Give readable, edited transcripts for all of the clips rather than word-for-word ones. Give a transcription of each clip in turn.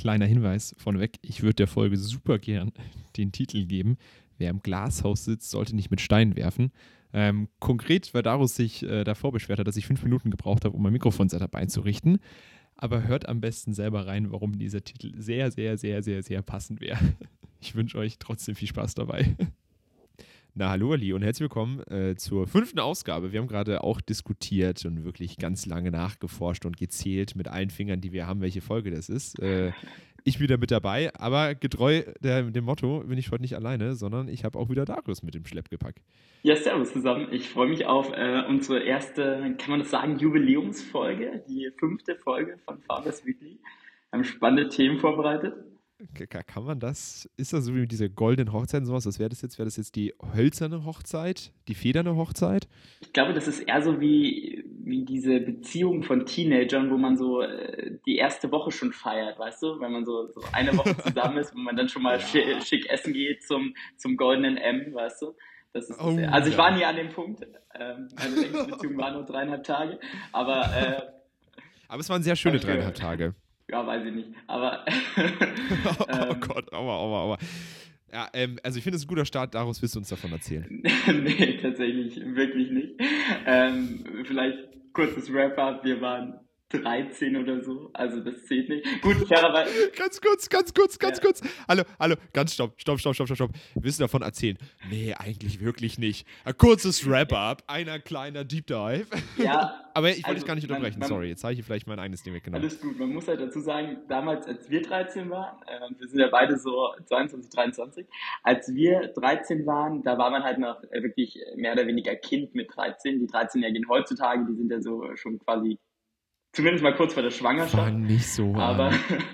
kleiner Hinweis vorneweg. Ich würde der Folge super gern den Titel geben. Wer im Glashaus sitzt, sollte nicht mit Steinen werfen. Konkret, weil Darius sich davor beschwert hat, dass ich 5 Minuten gebraucht habe, um mein Mikrofon-Setup einzurichten. Aber hört am besten selber rein, warum dieser Titel sehr, sehr, sehr, sehr, sehr passend wäre. Ich wünsche euch trotzdem viel Spaß dabei. Na, hallo Ali und herzlich willkommen zur 5. Ausgabe. Wir haben gerade auch diskutiert und wirklich ganz lange nachgeforscht und gezählt mit allen Fingern, die wir haben, welche Folge das ist. Ich bin wieder mit dabei, aber getreu dem Motto bin ich heute nicht alleine, sondern ich habe auch wieder Darius mit dem Schleppgepäck. Ja, servus zusammen. Ich freue mich auf unsere erste, kann man das sagen, Jubiläumsfolge, die 5. Folge von Fathers Weekly. Wir haben spannende Themen vorbereitet. Kann man das, ist das so wie mit dieser goldenen Hochzeit und sowas, was wäre das jetzt? Wäre das jetzt die hölzerne Hochzeit, die federne Hochzeit? Ich glaube, das ist eher so wie diese Beziehung von Teenagern, wo man so die erste Woche schon feiert, weißt du? Wenn man so eine Woche zusammen ist, wo man dann schon mal schick essen geht zum goldenen M, weißt du? Das ist also ich war nie an dem Punkt. Meine längste Beziehung war nur 3,5 Tage, aber es waren sehr schöne 3,5 Tage. Ja, weiß ich nicht, aber oh Gott, aua. Ja, also ich finde, es ist ein guter Start, daraus wirst du uns davon erzählen. Nee, tatsächlich, wirklich nicht. Vielleicht kurzes Wrap-up, wir waren 13 oder so, also das zählt nicht. Gut, fairerweise. Ganz kurz. Hallo, ganz stopp. Willst du davon erzählen? Nee, eigentlich wirklich nicht. Ein kurzes Wrap-up, einer kleiner Deep Dive. Ja. Aber ich wollte dich gar nicht unterbrechen, sorry, jetzt habe ich hier vielleicht mein eigenes Ding weggenommen. Alles gut, man muss halt dazu sagen, damals, als wir 13 waren, wir sind ja beide so 22, 23, als wir 13 waren, da war man halt noch wirklich mehr oder weniger Kind mit 13. Die 13-Jährigen heutzutage, die sind ja so schon quasi zumindest mal kurz vor der Schwangerschaft. War nicht so. Aber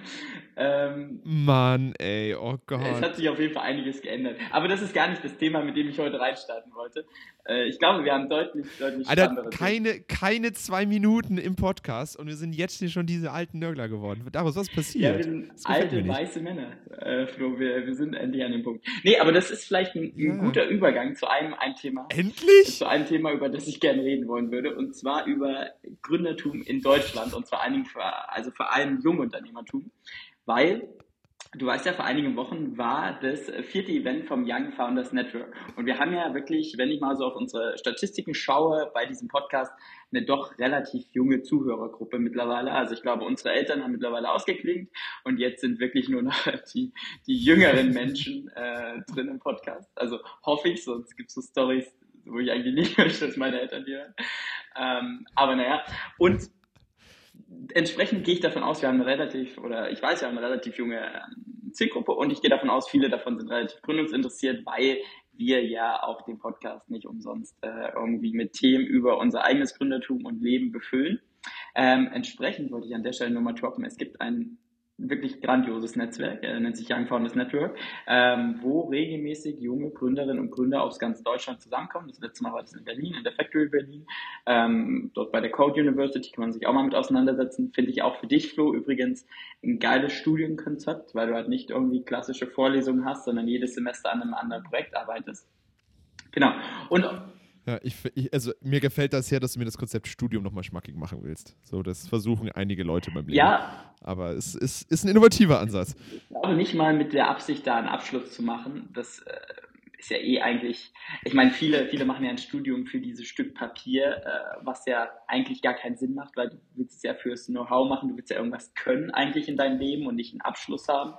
Mann, ey, oh Gott. Es hat sich auf jeden Fall einiges geändert. Aber das ist gar nicht das Thema, mit dem ich heute reinstarten wollte. Ich glaube, wir haben deutlich Alter, keine 2 Minuten im Podcast und wir sind jetzt hier schon diese alten Nörgler geworden. Daraus, was passiert? Ja, wir sind alte, weiße Männer, Flo. Wir sind endlich an dem Punkt. Nee, aber das ist vielleicht ein guter Übergang zu einem Thema. Endlich? Zu einem Thema, über das ich gerne reden wollen würde. Und zwar über Gründertum in Deutschland. Und vor allen Dingen vor allem Jungunternehmertum. Weil, du weißt ja, vor einigen Wochen war das 4. Event vom Young Founders Network. Und wir haben ja wirklich, wenn ich mal so auf unsere Statistiken schaue bei diesem Podcast, eine doch relativ junge Zuhörergruppe mittlerweile. Also ich glaube, unsere Eltern haben mittlerweile ausgeklingt und jetzt sind wirklich nur noch die jüngeren Menschen drin im Podcast. Also hoffe ich, sonst gibt es so Storys, wo ich eigentlich nicht möchte, dass meine Eltern die hören. Aber naja, und entsprechend gehe ich davon aus, wir haben wir haben eine relativ junge Zielgruppe und ich gehe davon aus, viele davon sind relativ gründungsinteressiert, weil wir ja auch den Podcast nicht umsonst irgendwie mit Themen über unser eigenes Gründertum und Leben befüllen. Entsprechend wollte ich an der Stelle nur mal droppen, es gibt ein wirklich grandioses Netzwerk, nennt sich Young Founders Network, wo regelmäßig junge Gründerinnen und Gründer aus ganz Deutschland zusammenkommen. Das letzte Mal war das in Berlin, in der Factory Berlin. Dort bei der Code University kann man sich auch mal mit auseinandersetzen. Finde ich auch für dich, Flo, übrigens ein geiles Studienkonzept, weil du halt nicht irgendwie klassische Vorlesungen hast, sondern jedes Semester an einem anderen Projekt arbeitest. Genau. Und ja, also mir gefällt das sehr, dass du mir das Konzept Studium nochmal schmackig machen willst. So, das versuchen einige Leute beim Leben. Ja. Aber es ist ein innovativer Ansatz. Ich glaube nicht mal mit der Absicht, da einen Abschluss zu machen. Das ist ja eigentlich, ich meine, viele machen ja ein Studium für dieses Stück Papier, was ja eigentlich gar keinen Sinn macht, weil du willst es ja fürs Know-how machen, du willst ja irgendwas können eigentlich in deinem Leben und nicht einen Abschluss haben.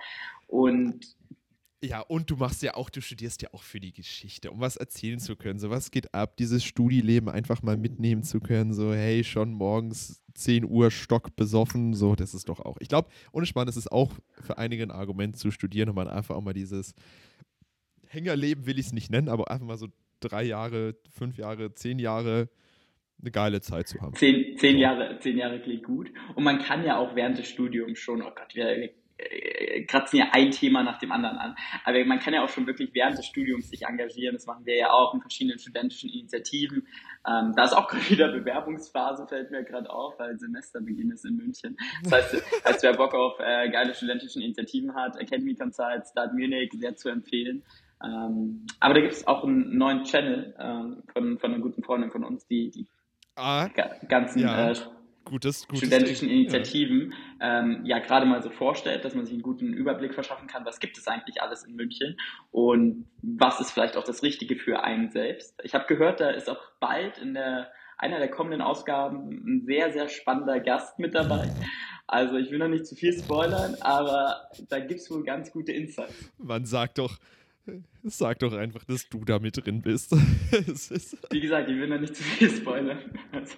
Und ja, und du studierst ja auch für die Geschichte, um was erzählen zu können. So, was geht ab, dieses Studieleben einfach mal mitnehmen zu können. So, hey, schon morgens 10 Uhr stockbesoffen. So, das ist doch auch. Ich glaube, ohne Schmarrn, das ist auch für einige ein Argument zu studieren und man einfach auch mal dieses Hängerleben, will ich es nicht nennen, aber einfach mal so 3 Jahre, 5 Jahre, 10 Jahre eine geile Zeit zu haben. 10 Jahre klingt gut. Und man kann ja auch während des Studiums schon, oh Gott, wir kratzen ja ein Thema nach dem anderen an. Aber man kann ja auch schon wirklich während des Studiums sich engagieren. Das machen wir ja auch in verschiedenen studentischen Initiativen. Da ist auch gerade wieder Bewerbungsphase, fällt mir gerade auf, weil Semesterbeginn ist in München. Das heißt, wer Bock auf geile studentische Initiativen hat, Academy Consult, Start Munich, sehr zu empfehlen. Aber da gibt es auch einen neuen Channel von einer guten Freundin von uns, die ganzen Gutes studentischen Ding. Initiativen ja gerade mal so vorstellt, dass man sich einen guten Überblick verschaffen kann, was gibt es eigentlich alles in München und was ist vielleicht auch das Richtige für einen selbst. Ich habe gehört, da ist auch bald in einer der kommenden Ausgaben ein sehr, sehr spannender Gast mit dabei. Also ich will noch nicht zu viel spoilern, aber da gibt es wohl ganz gute Insights. Man sag doch einfach, dass du da mit drin bist. Wie gesagt, ich will noch nicht zu viel spoilern. Also.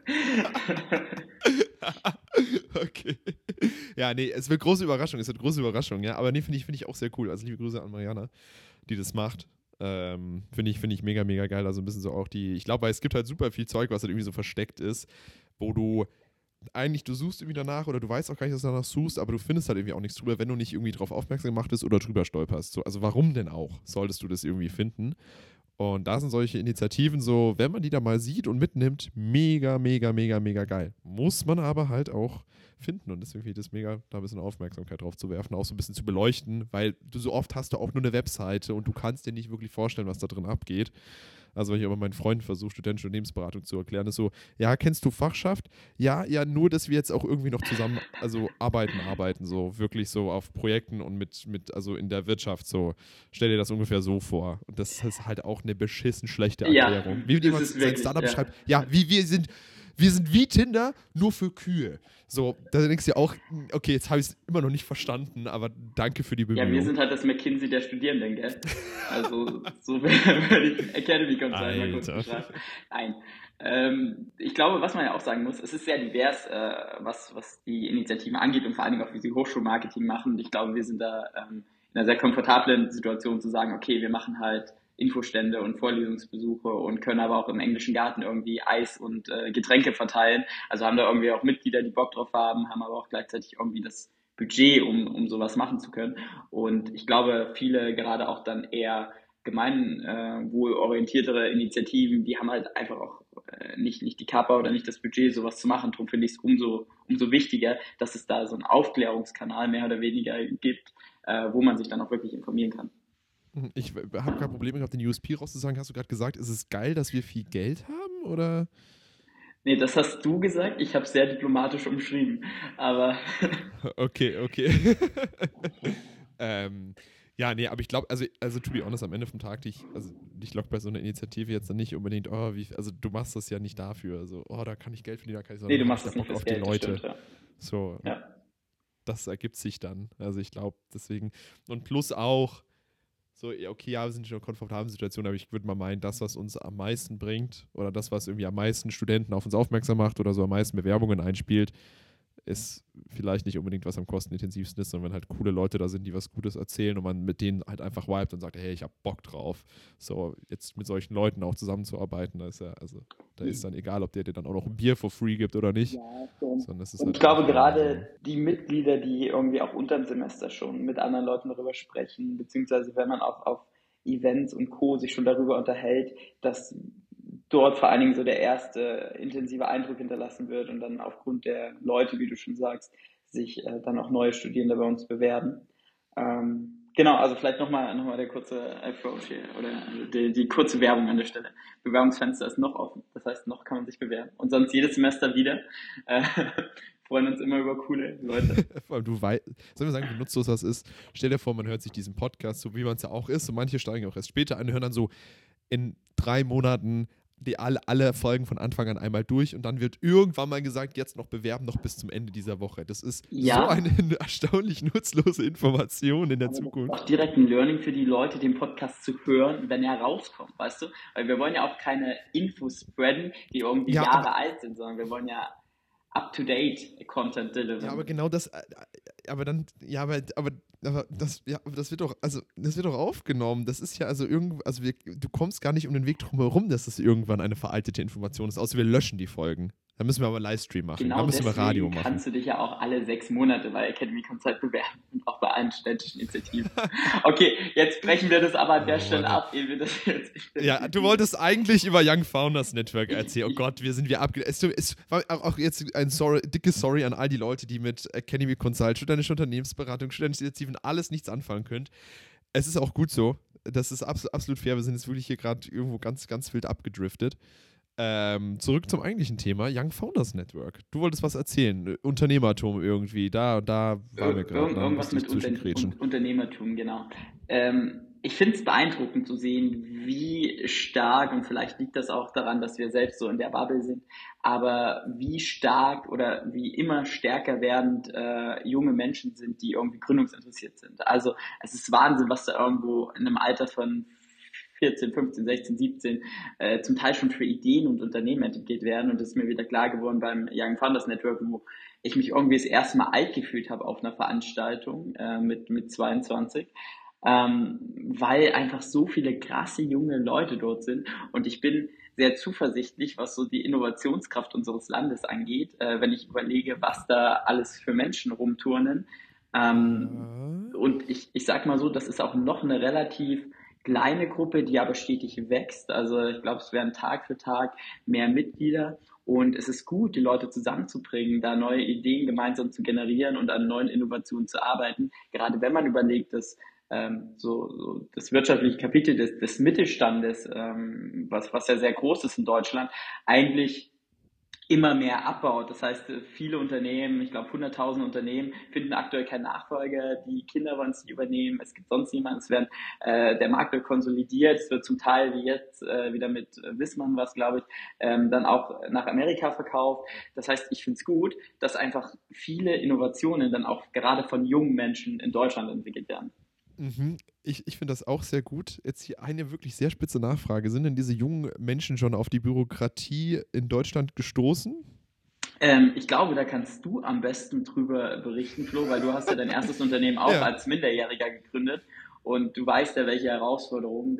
Okay. Ja, nee, es wird große Überraschung, ja. Aber nee, finde ich auch sehr cool. Also liebe Grüße an Mariana, die das macht. Finde ich mega, mega geil. Also ein bisschen so auch ich glaube, weil es gibt halt super viel Zeug, was halt irgendwie so versteckt ist, wo du suchst irgendwie danach oder du weißt auch gar nicht, dass du danach suchst, aber du findest halt irgendwie auch nichts drüber, wenn du nicht irgendwie drauf aufmerksam gemacht bist oder drüber stolperst. So, also warum denn auch solltest du das irgendwie finden? Und da sind solche Initiativen so, wenn man die da mal sieht und mitnimmt, mega, mega, mega, mega geil. Muss man aber halt auch finden und deswegen finde ich das mega, da ein bisschen Aufmerksamkeit drauf zu werfen, auch so ein bisschen zu beleuchten, weil du so oft hast du auch nur eine Webseite und du kannst dir nicht wirklich vorstellen, was da drin abgeht. Also wenn ich aber meinen Freunden versuche, studentische Unternehmensberatung zu erklären, ist so, ja, kennst du Fachschaft? Ja, nur, dass wir jetzt auch irgendwie noch zusammen, also arbeiten, so wirklich so auf Projekten und also in der Wirtschaft so. Stell dir das ungefähr so vor. Und das ist halt auch eine beschissen schlechte Erklärung. Ja, Wie das jemand ist sein wirklich, Startup ja. beschreibt, ja, wir sind wie Tinder, nur für Kühe. So, da denkst du ja auch, okay, jetzt habe ich es immer noch nicht verstanden, aber danke für die Ja, wir Bemühung. sind halt das McKinsey der Studierenden, gell? Also, so würde ich Academy Consult mal kurz Alter. beschreiben. Nein. Ich glaube, was man ja auch sagen muss, es ist sehr divers, was die Initiativen angeht und vor allen Dingen auch, wie sie Hochschulmarketing machen. Ich glaube, wir sind da in einer sehr komfortablen Situation zu sagen, okay, wir machen halt Infostände und Vorlesungsbesuche und können aber auch im englischen Garten irgendwie Eis und Getränke verteilen. Also haben da irgendwie auch Mitglieder, die Bock drauf haben, haben aber auch gleichzeitig irgendwie das Budget, um sowas machen zu können. Und ich glaube, viele gerade auch dann eher gemeinwohlorientiertere Initiativen, die haben halt einfach auch nicht die Kappa oder nicht das Budget, sowas zu machen. Darum finde ich es umso wichtiger, dass es da so einen Aufklärungskanal mehr oder weniger gibt, wo man sich dann auch wirklich informieren kann. Ich habe gerade Probleme gehabt, den USP rauszusagen. Hast du gerade gesagt, ist es geil, dass wir viel Geld haben? Oder? Nee, das hast du gesagt. Ich habe es sehr diplomatisch umschrieben. Aber Okay. Ja, nee, aber ich glaube, also to be honest, am Ende vom Tag, dich lockt bei so einer Initiative jetzt dann nicht unbedingt, also du machst das ja nicht dafür, also, da kann ich Geld verdienen, da kann ich, nee, sondern du da machst habe das ich nicht da Bock fürs auf die Geld, das Leute. stimmt, ja. So, Ja. das ergibt sich dann. Also ich glaube, deswegen, und plus auch, so, ja, okay, ja, wir sind schon in einer komfortablen Situation, aber ich würde mal meinen, das, was uns am meisten bringt oder das, was irgendwie am meisten Studenten auf uns aufmerksam macht oder so am meisten Bewerbungen einspielt, ist vielleicht nicht unbedingt was am kostenintensivsten ist, sondern wenn halt coole Leute da sind, die was Gutes erzählen und man mit denen halt einfach vibet und sagt, hey, ich hab Bock drauf. So, jetzt mit solchen Leuten auch zusammenzuarbeiten, da ist dann egal, ob der dir dann auch noch ein Bier for free gibt oder nicht. Ja, schon. Sondern das ist Und halt ich glaube einfach gerade die Mitglieder, die irgendwie auch unterm Semester schon mit anderen Leuten darüber sprechen, beziehungsweise wenn man auch auf Events und Co. sich schon darüber unterhält, dass dort vor allen Dingen so der erste intensive Eindruck hinterlassen wird und dann aufgrund der Leute, wie du schon sagst, sich dann auch neue Studierende bei uns bewerben. Genau, also vielleicht nochmal der kurze Approach hier oder die kurze Werbung an der Stelle. Bewerbungsfenster ist noch offen, das heißt, noch kann man sich bewerben. Und sonst jedes Semester wieder. Freuen uns immer über coole Leute. Vor allem sollen wir sagen, wie nutzlos das ist? Stell dir vor, man hört sich diesen Podcast, so wie man es ja auch ist, und manche steigen auch erst später ein und hören dann so in 3 Monaten alle Folgen von Anfang an einmal durch und dann wird irgendwann mal gesagt, jetzt noch bewerben, noch bis zum Ende dieser Woche. Das ist so eine erstaunlich nutzlose Information in der Zukunft. Auch direkt ein Learning für die Leute, den Podcast zu hören, wenn er rauskommt, weißt du? Weil wir wollen ja auch keine Infos spreaden, die irgendwie Jahre alt sind, sondern wir wollen ja up-to-date Content deliveren. Ja, aber genau das, aber das wird doch aufgenommen. Das ist ja du kommst gar nicht um den Weg drum herum, dass das irgendwann eine veraltete Information ist, außer wir löschen die Folgen. Dann müssen wir aber Livestream machen. Genau, dann müssen wir Radio machen. Kannst du dich ja auch alle 6 Monate bei Academy Consult bewerben und auch bei allen studentischen Initiativen. Okay, jetzt brechen wir das aber an der Stelle ab, ehe wir das jetzt. Ja, du wolltest eigentlich über Young Founders Network erzählen. Oh Gott, wir abgelehnt. Es war auch jetzt ein dickes Sorry an all die Leute, die mit Academy Consult, studentische Unternehmensberatung, studentische Initiativen alles nichts anfangen könnt. Es ist auch gut so. Das ist absolut fair. Wir sind jetzt wirklich hier gerade irgendwo ganz, ganz wild abgedriftet. Zurück zum eigentlichen Thema, Young Founders Network. Du wolltest was erzählen, Unternehmertum irgendwie, da waren wir gerade, da Irgendwas musste ich mit zwischengrätschen. Unternehmertum, genau. Ich finde es beeindruckend zu sehen, wie stark, und vielleicht liegt das auch daran, dass wir selbst so in der Bubble sind, aber wie stark oder wie immer stärker werdend junge Menschen sind, die irgendwie gründungsinteressiert sind. Also es ist Wahnsinn, was da irgendwo in einem Alter von 14, 15, 16, 17 zum Teil schon für Ideen und Unternehmen entwickelt werden. Und das ist mir wieder klar geworden beim Young Founders Network, wo ich mich irgendwie das erste Mal alt gefühlt habe auf einer Veranstaltung mit 22, weil einfach so viele krasse junge Leute dort sind. Und ich bin sehr zuversichtlich, was so die Innovationskraft unseres Landes angeht, wenn ich überlege, was da alles für Menschen rumturnen. Ja. Und ich sag mal so, das ist auch noch eine relativ kleine Gruppe, die aber stetig wächst. Also ich glaube, es werden Tag für Tag mehr Mitglieder. Und es ist gut, die Leute zusammenzubringen, da neue Ideen gemeinsam zu generieren und an neuen Innovationen zu arbeiten. Gerade wenn man überlegt, dass so das wirtschaftliche Kapitel des Mittelstandes, was ja sehr groß ist in Deutschland, eigentlich immer mehr abbaut. Das heißt, viele Unternehmen, ich glaube 100.000 Unternehmen, finden aktuell keinen Nachfolger, die Kinder wollen es nicht übernehmen, es gibt sonst niemanden, der Markt wird konsolidiert, es wird zum Teil wie jetzt wieder mit Wissmann was, glaube ich, dann auch nach Amerika verkauft. Das heißt, ich finde es gut, dass einfach viele Innovationen dann auch gerade von jungen Menschen in Deutschland entwickelt werden. Mhm. Ich finde das auch sehr gut. Jetzt hier eine wirklich sehr spitze Nachfrage. Sind denn diese jungen Menschen schon auf die Bürokratie in Deutschland gestoßen? Ich glaube, da kannst du am besten drüber berichten, Flo, weil du hast ja dein erstes Unternehmen auch Ja. als Minderjähriger gegründet und du weißt ja, welche Herausforderungen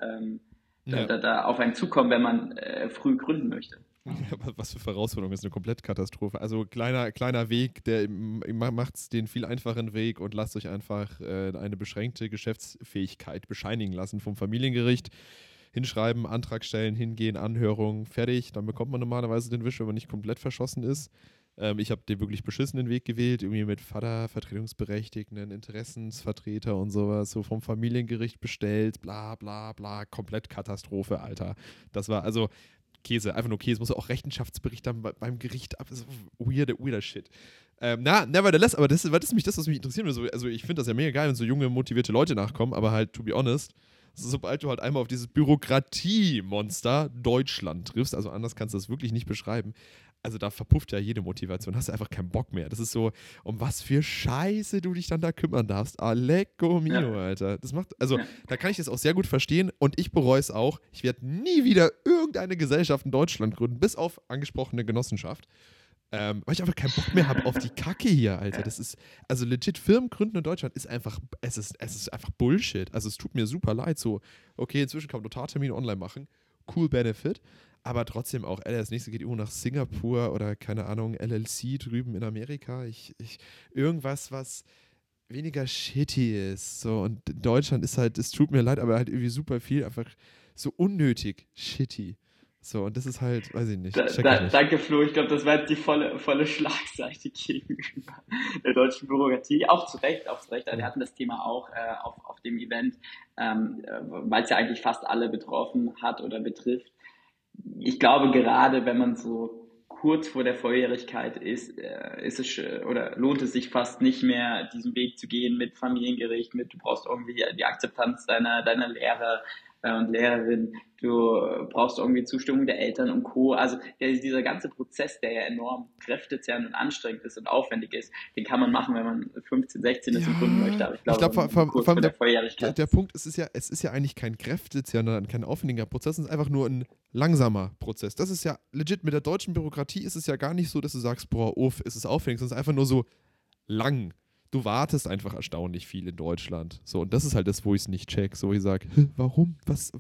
Ja. da auf einen zukommen, wenn man früh gründen möchte. Ja, was für Herausforderung, ist eine Komplettkatastrophe. Also kleiner Weg, der macht es den viel einfachen Weg und lasst euch einfach eine beschränkte Geschäftsfähigkeit bescheinigen lassen vom Familiengericht. Hinschreiben, Antrag stellen, hingehen, Anhörung, fertig. Dann bekommt man normalerweise den Wisch, wenn man nicht komplett verschossen ist. Ich habe den wirklich beschissenen Weg gewählt, irgendwie mit Vater, Vertretungsberechtigten, Interessensvertreter und sowas, so vom Familiengericht bestellt, bla bla bla, komplett Katastrophe, Alter. Das war also Käse, einfach nur Käse, muss auch Rechenschaftsbericht dann beim Gericht ab, so weirder Shit. Nevertheless, aber das ist mich das, was mich interessiert. Also ich finde das ja mega geil, wenn so junge, motivierte Leute nachkommen, aber halt, to be honest, sobald du halt einmal auf dieses Bürokratiemonster Deutschland triffst, also anders kannst du das wirklich nicht beschreiben, also da verpufft ja jede Motivation, hast du einfach keinen Bock mehr. Das ist so, um was für Scheiße du dich dann da kümmern darfst. Alecco mio, Ja, Alter. Das macht, also ja. da kann ich das auch sehr gut verstehen und ich bereue es auch. Ich werde nie wieder irgendeine Gesellschaft in Deutschland gründen, bis auf angesprochene Genossenschaft. Weil ich einfach keinen Bock mehr habe auf die Kacke hier, Alter. Das ist, also legit, Firmengründen in Deutschland ist einfach, es ist einfach Bullshit. Also es tut mir super leid. So, okay, inzwischen kann man Notartermine online machen. Cool Benefit. Aber trotzdem auch, das nächste geht irgendwo nach Singapur oder keine Ahnung, LLC drüben in Amerika. Irgendwas, was weniger shitty ist. So, und in Deutschland ist halt, es tut mir leid, aber halt irgendwie super viel einfach so unnötig shitty. So, und das ist halt, weiß ich nicht, check ich nicht. Danke, Flo. Ich glaube, das war jetzt die volle Schlagseite gegenüber der deutschen Bürokratie. Auch zu Recht, auch zu Recht. Wir hatten das Thema auch auf dem Event, weil es ja eigentlich fast alle betroffen hat oder betrifft. Ich glaube, gerade wenn man so kurz vor der Volljährigkeit ist es oder lohnt es sich fast nicht mehr, diesen Weg zu gehen mit Familiengericht, du brauchst irgendwie die Akzeptanz deiner Lehrer und Lehrerin, du brauchst irgendwie Zustimmung der Eltern und Co. Also dieser ganze Prozess, der ja enorm kräftezehrend und anstrengend ist und aufwendig ist, den kann man machen, wenn man 15, 16 ist und gründen möchte. Ja, Aber ich ich glaube, glaube, vor kurz allem vor der Volljährigkeit der Punkt es ist ja eigentlich kein kräftezehrender, kein aufwendiger Prozess, es ist einfach nur ein langsamer Prozess. Das ist ja legit, mit der deutschen Bürokratie ist es ja gar nicht so, dass du sagst, boah, uff, es ist aufwendig, sondern es ist einfach nur so lang. Du wartest einfach erstaunlich viel in Deutschland. So, und das ist halt das, wo ich es nicht check. So, wo ich sage, warum?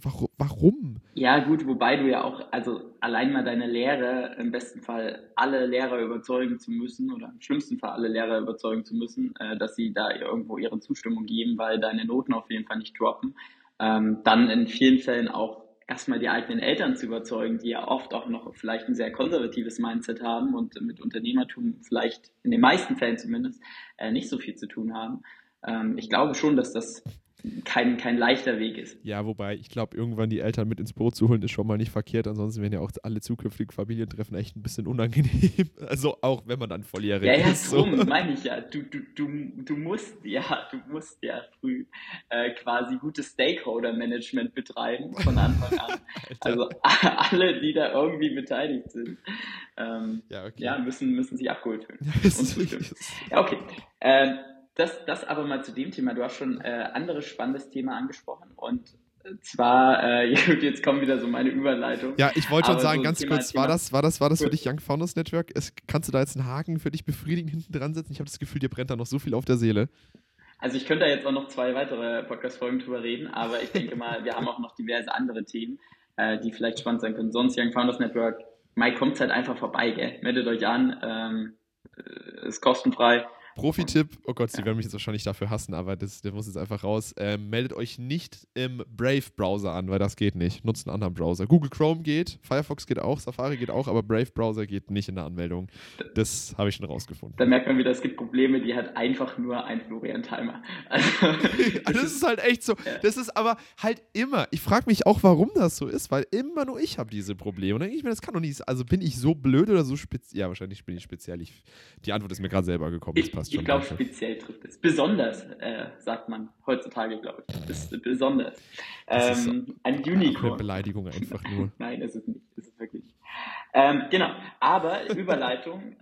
Warum? Ja, gut, wobei du ja auch, also allein mal deine Lehre, im besten Fall alle Lehrer überzeugen zu müssen oder im schlimmsten Fall alle Lehrer überzeugen zu müssen, dass sie da irgendwo ihre Zustimmung geben, weil deine Noten auf jeden Fall nicht droppen. Dann in vielen Fällen auch erstmal die eigenen Eltern zu überzeugen, die ja oft auch noch vielleicht ein sehr konservatives Mindset haben und mit Unternehmertum vielleicht in den meisten Fällen zumindest nicht so viel zu tun haben. Ich glaube schon, dass das kein leichter Weg ist. Ja, wobei, ich glaube, irgendwann die Eltern mit ins Boot zu holen, ist schon mal nicht verkehrt. Ansonsten werden ja auch alle zukünftigen Familientreffen echt ein bisschen unangenehm. Also auch, wenn man dann volljährig Ja, ist. drum meine ich ja. Du musst ja früh quasi gutes Stakeholder-Management betreiben von Anfang an. Also alle, die da irgendwie beteiligt sind, Ja, okay. müssen sich abgeholt fühlen Ja, und zustimmen. Ja, okay. Das aber mal zu dem Thema. Du hast schon anderes spannendes Thema angesprochen und zwar, jetzt kommt wieder so meine Überleitung. Ja, ich wollte schon Aber sagen, so ganz kurz, war das für dich Young Founders Network? Kannst du da jetzt einen Haken für dich befriedigen hinten dran setzen? Ich habe das Gefühl, dir brennt da noch so viel auf der Seele. Also ich könnte da jetzt auch noch 2 weitere Podcast-Folgen drüber reden, aber ich denke mal, wir haben auch noch diverse andere Themen, die vielleicht spannend sein können. Sonst Young Founders Network, Mai kommt halt einfach vorbei, gell? Meldet euch an, ist kostenfrei. Profi-Tipp, oh Gott, sie werden mich jetzt wahrscheinlich dafür hassen, aber der muss jetzt einfach raus. Meldet euch nicht im Brave-Browser an, weil das geht nicht. Nutzt einen anderen Browser. Google Chrome geht, Firefox geht auch, Safari geht auch, aber Brave-Browser geht nicht in der Anmeldung. Das habe ich schon rausgefunden. Da merkt man wieder, es gibt Probleme, die hat einfach nur ein Florian Timer. Also, das ist halt echt so. Ja. Das ist aber halt immer, ich frage mich auch, warum das so ist, weil immer nur ich habe diese Probleme. Und dann denke ich mir, das kann doch nicht, also bin ich so blöd oder so speziell? Ja, wahrscheinlich bin ich speziell. Die Antwort ist mir gerade selber gekommen. Ich glaube, speziell trifft es. Besonders, sagt man heutzutage, glaube ich. Besonders. Das ist ein Unicorn. Eine Beleidigung einfach nur. Nein, ist es nicht. Ist es wirklich nicht. Genau. Aber Überleitung.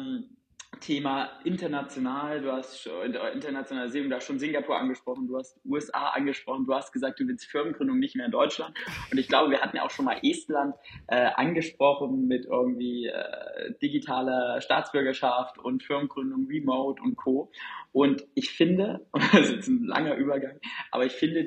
Thema international, du hast schon Internationalisierung, du hast schon Singapur angesprochen, du hast USA angesprochen, du hast gesagt, du willst Firmengründung nicht mehr in Deutschland. Und ich glaube, wir hatten ja auch schon mal Estland angesprochen mit irgendwie digitaler Staatsbürgerschaft und Firmengründung, Remote und Co. Und ich finde, das ist jetzt ein langer Übergang, aber ich finde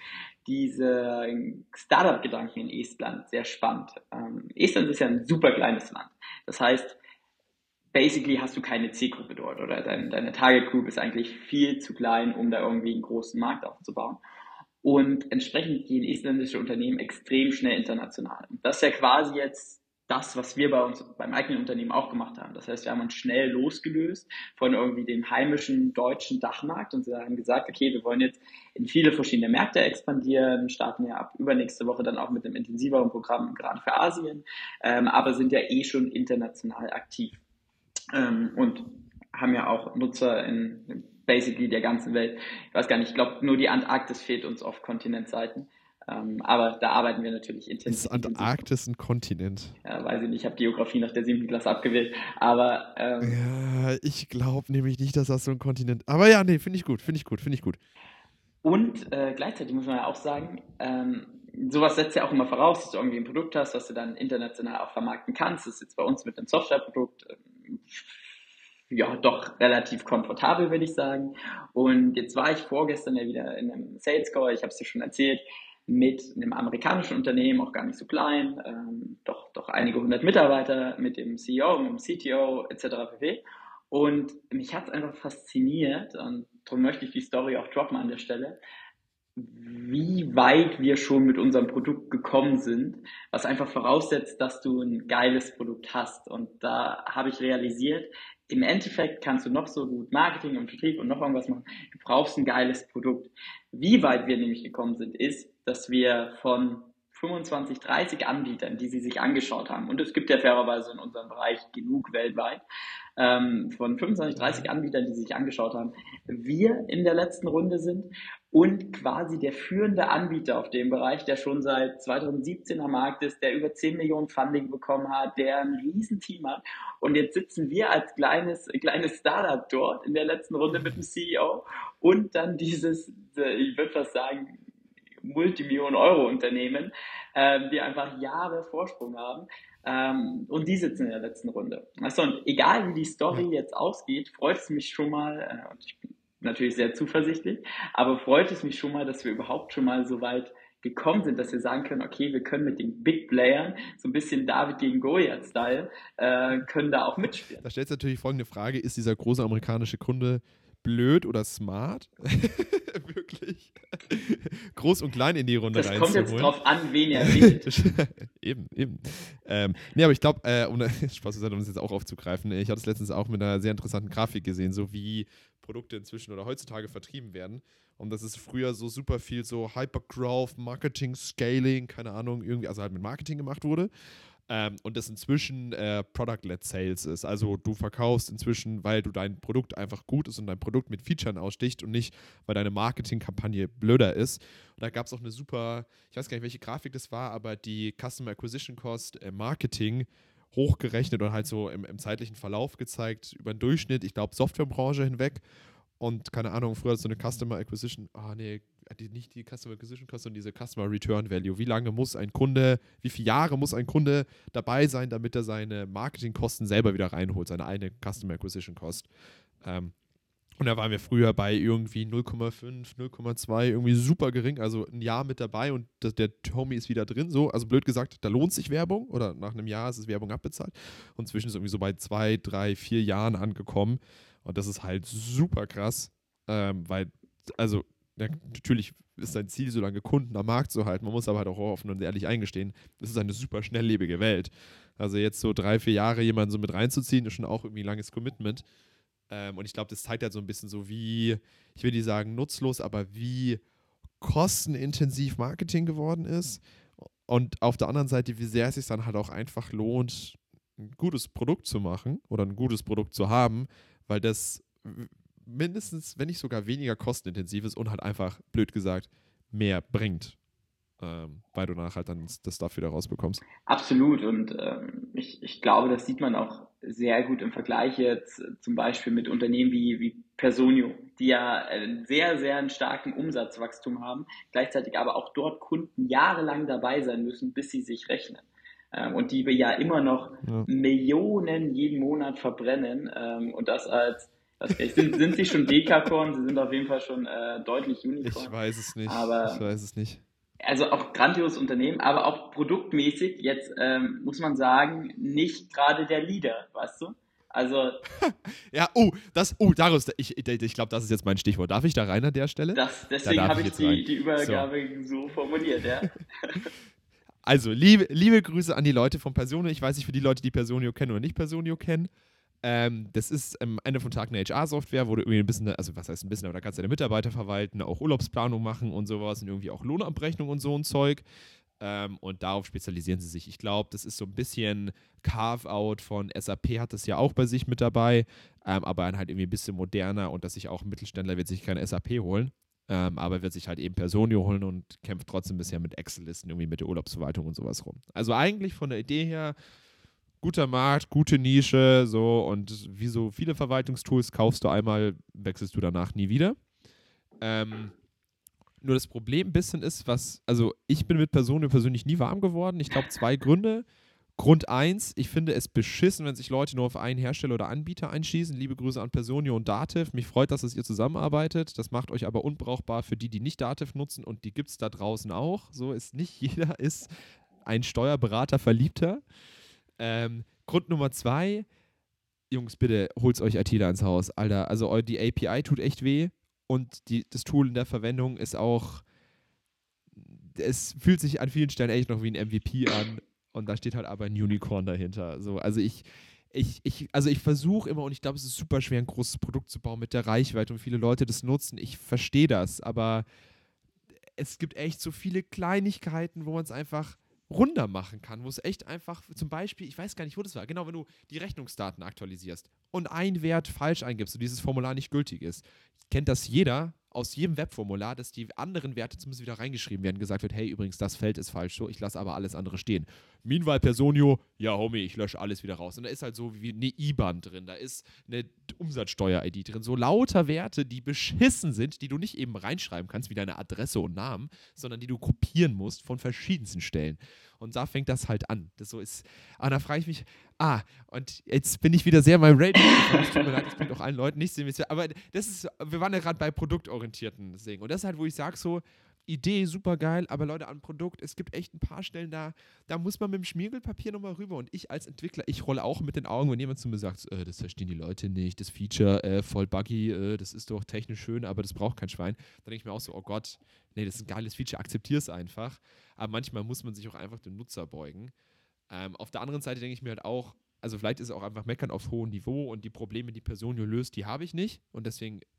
diese Startup-Gedanken in Estland sehr spannend. Estland ist ja ein super kleines Land. Das heißt, basically hast du keine Zielgruppe dort oder deine Target Group ist eigentlich viel zu klein, um da irgendwie einen großen Markt aufzubauen. Und entsprechend gehen isländische Unternehmen extrem schnell international. Und das ist ja quasi jetzt das, was wir bei uns beim eigenen Unternehmen auch gemacht haben. Das heißt, wir haben uns schnell losgelöst von irgendwie dem heimischen deutschen Dachmarkt und wir haben gesagt, okay, wir wollen jetzt in viele verschiedene Märkte expandieren, starten ja ab übernächste Woche dann auch mit einem intensiveren Programm gerade für Asien, aber sind ja schon international aktiv. Und haben ja auch Nutzer in basically der ganzen Welt. Ich weiß gar nicht, ich glaube, nur die Antarktis fehlt uns auf Kontinentseiten. Aber da arbeiten wir natürlich intensiv. Ist Antarktis ein Kontinent? Ja, weiß ich nicht, ich habe Geografie nach der 7. Klasse abgewählt. Aber ja, ich glaube nämlich nicht, dass das so ein Kontinent ist. Aber ja, nee, finde ich gut. Und gleichzeitig muss man ja auch sagen, sowas setzt ja auch immer voraus, dass du irgendwie ein Produkt hast, was du dann international auch vermarkten kannst. Das ist jetzt bei uns mit einem Softwareprodukt ja doch relativ komfortabel, würde ich sagen. Und jetzt war ich vorgestern ja wieder in einem Sales Call, ich habe es dir schon erzählt, mit einem amerikanischen Unternehmen, auch gar nicht so klein, doch einige 100 Mitarbeiter, mit dem CEO, mit dem CTO etc. pp. Und mich hat es einfach fasziniert und darum möchte ich die Story auch droppen an der Stelle, wie weit wir schon mit unserem Produkt gekommen sind, was einfach voraussetzt, dass du ein geiles Produkt hast. Und da habe ich realisiert, im Endeffekt kannst du noch so gut Marketing und Vertrieb und noch irgendwas machen. Du brauchst ein geiles Produkt. Wie weit wir nämlich gekommen sind, ist, dass wir von 25, 30 Anbietern, die sie sich angeschaut haben, und es gibt ja fairerweise in unserem Bereich genug weltweit, von 25, 30 Anbietern, die sich angeschaut haben, wir in der letzten Runde sind und quasi der führende Anbieter auf dem Bereich, der schon seit 2017 am Markt ist, der über 10 Millionen Funding bekommen hat, der ein Riesenteam hat. Und jetzt sitzen wir als kleines Startup dort in der letzten Runde mit dem CEO und dann dieses, ich würde fast sagen, Multimillionen-Euro-Unternehmen, die einfach Jahre Vorsprung haben. Und die sitzen in der letzten Runde. Also, und egal wie die Story jetzt ausgeht, freut es mich schon mal, und ich bin natürlich sehr zuversichtlich, aber freut es mich schon mal, dass wir überhaupt schon mal so weit gekommen sind, dass wir sagen können, okay, wir können mit den Big Playern, so ein bisschen David gegen Goliath-Style, können da auch mitspielen. Da stellt sich natürlich folgende Frage, ist dieser große amerikanische Kunde blöd oder smart? Wirklich? Groß und klein in die Runde das reinzuholen. Das kommt jetzt drauf an, wen er wählt. Eben. Nee, aber ich glaube, um Spaß zu sein, um es jetzt auch aufzugreifen, ich hatte es letztens auch mit einer sehr interessanten Grafik gesehen, so wie Produkte inzwischen oder heutzutage vertrieben werden. Und das ist früher so super viel so Hypergrowth, Marketing, Scaling, keine Ahnung, irgendwie, also halt mit Marketing gemacht wurde. Und das inzwischen Product-led Sales ist. Also du verkaufst inzwischen, weil du dein Produkt einfach gut ist und dein Produkt mit Features aussticht und nicht, weil deine Marketingkampagne blöder ist. Und da gab es auch eine super, ich weiß gar nicht, welche Grafik das war, aber die Customer Acquisition Cost Marketing hochgerechnet und halt so im zeitlichen Verlauf gezeigt, über den Durchschnitt, ich glaube, Softwarebranche hinweg. Und keine Ahnung, früher so eine Customer Acquisition, nicht die Customer Acquisition Cost, sondern diese Customer Return Value. Wie viele Jahre muss ein Kunde dabei sein, damit er seine Marketingkosten selber wieder reinholt, seine eigene Customer Acquisition Cost. Und da waren wir früher bei irgendwie 0,5, 0,2, irgendwie super gering, also ein Jahr mit dabei und der Homie ist wieder drin, so, also blöd gesagt, da lohnt sich Werbung oder nach einem Jahr ist es Werbung abbezahlt und inzwischen ist es irgendwie so bei 2, 3, 4 Jahren angekommen und das ist halt super krass, weil, also ja, natürlich ist dein Ziel, so lange Kunden am Markt zu halten, man muss aber halt auch offen und ehrlich eingestehen, das ist eine super schnelllebige Welt, also jetzt so 3, 4 Jahre jemanden so mit reinzuziehen, ist schon auch irgendwie ein langes Commitment. Und ich glaube, das zeigt halt so ein bisschen so, wie, ich will nicht sagen nutzlos, aber wie kostenintensiv Marketing geworden ist. Und auf der anderen Seite, wie sehr es sich dann halt auch einfach lohnt, ein gutes Produkt zu machen oder ein gutes Produkt zu haben, weil das mindestens, wenn nicht sogar weniger kostenintensiv ist und halt einfach, blöd gesagt, mehr bringt. Weil du danach halt dann das Stuff wieder rausbekommst. Absolut und ich glaube, das sieht man auch sehr gut im Vergleich jetzt zum Beispiel mit Unternehmen wie Personio, die ja sehr, sehr einen starken Umsatzwachstum haben, gleichzeitig aber auch dort Kunden jahrelang dabei sein müssen, bis sie sich rechnen. Und die wir ja immer noch Millionen jeden Monat verbrennen und das als, sind sie schon Dekakorn, sie sind auf jeden Fall schon deutlich Unicorn. Ich weiß es nicht. Aber Ich weiß es nicht. also auch grandioses Unternehmen, aber auch produktmäßig jetzt muss man sagen, nicht gerade der Leader, weißt du? Also Ja, Darius, ich glaube, das ist jetzt mein Stichwort. Darf ich da rein an der Stelle? deswegen darf habe ich ich jetzt rein. die Übergabe so formuliert, ja. Also, liebe Grüße an die Leute von Personio. Ich weiß nicht, für die Leute, die Personio kennen oder nicht Personio kennen. Das ist am Ende vom Tag eine HR-Software, wo du irgendwie ein bisschen, also was heißt ein bisschen, aber da kannst du deine Mitarbeiter verwalten, auch Urlaubsplanung machen und sowas und irgendwie auch Lohnabrechnung und so ein Zeug. Und darauf spezialisieren sie sich. Ich glaube, das ist so ein bisschen Carve-out von SAP, hat das ja auch bei sich mit dabei, aber halt irgendwie ein bisschen moderner und dass sich auch ein Mittelständler wird sich kein SAP holen, aber wird sich halt eben Personio holen und kämpft trotzdem bisher mit Excel-Listen, irgendwie mit der Urlaubsverwaltung und sowas rum. Also eigentlich von der Idee her guter Markt, gute Nische, so und wie so viele Verwaltungstools kaufst du einmal, wechselst du danach nie wieder. Nur das Problem ein bisschen ist, also ich bin mit Personio persönlich nie warm geworden. Ich glaube, 2 Gründe. Grund 1, ich finde es beschissen, wenn sich Leute nur auf einen Hersteller oder Anbieter einschießen. Liebe Grüße an Personio und Dativ. Mich freut, dass ihr zusammenarbeitet. Das macht euch aber unbrauchbar für die nicht Dativ nutzen und die gibt es da draußen auch. So ist nicht jeder ist ein Steuerberater Verliebter. Grund Nummer 2, Jungs, bitte holt's euch ITler ins Haus. Alter, also die API tut echt weh und das Tool in der Verwendung ist auch, es fühlt sich an vielen Stellen echt noch wie ein MVP an und da steht halt aber ein Unicorn dahinter. So, also ich versuche immer und ich glaube, es ist super schwer, ein großes Produkt zu bauen mit der Reichweite und viele Leute das nutzen. Ich verstehe das, aber es gibt echt so viele Kleinigkeiten, wo man es einfach runder machen kann, wo es echt einfach, zum Beispiel, ich weiß gar nicht, wo das war, genau, wenn du die Rechnungsdaten aktualisierst und einen Wert falsch eingibst und dieses Formular nicht gültig ist, kennt das jeder aus jedem Webformular, dass die anderen Werte zumindest wieder reingeschrieben werden, gesagt wird, hey, übrigens, das Feld ist falsch, so, ich lasse aber alles andere stehen. Meanwhile, Personio, ja, Homie, ich lösche alles wieder raus. Und da ist halt so wie eine IBAN drin, da ist eine Umsatzsteuer-ID drin, so lauter Werte, die beschissen sind, die du nicht eben reinschreiben kannst, wie deine Adresse und Namen, sondern die du kopieren musst von verschiedensten Stellen. Und da fängt das halt an. Das so ist, da frage ich mich, und jetzt bin ich wieder sehr in meinem Rating. Es tut mir leid, das bringt auch allen Leuten nichts. Aber das ist, wir waren ja gerade bei produktorientierten Dingen. Und das ist halt, wo ich sage so, Idee super geil, aber Leute, an Produkt, es gibt echt ein paar Stellen, da muss man mit dem Schmiergelpapier nochmal rüber. Und ich als Entwickler, ich rolle auch mit den Augen, wenn jemand zu mir sagt, das verstehen die Leute nicht, das Feature voll buggy, das ist doch technisch schön, aber das braucht kein Schwein. Dann denke ich mir auch so, oh Gott, nee, das ist ein geiles Feature, akzeptier es einfach. Aber manchmal muss man sich auch einfach dem Nutzer beugen. Auf der anderen Seite denke ich mir halt auch, also vielleicht ist es auch einfach Meckern auf hohem Niveau und die Probleme, die Personio löst, die habe ich nicht. Und deswegen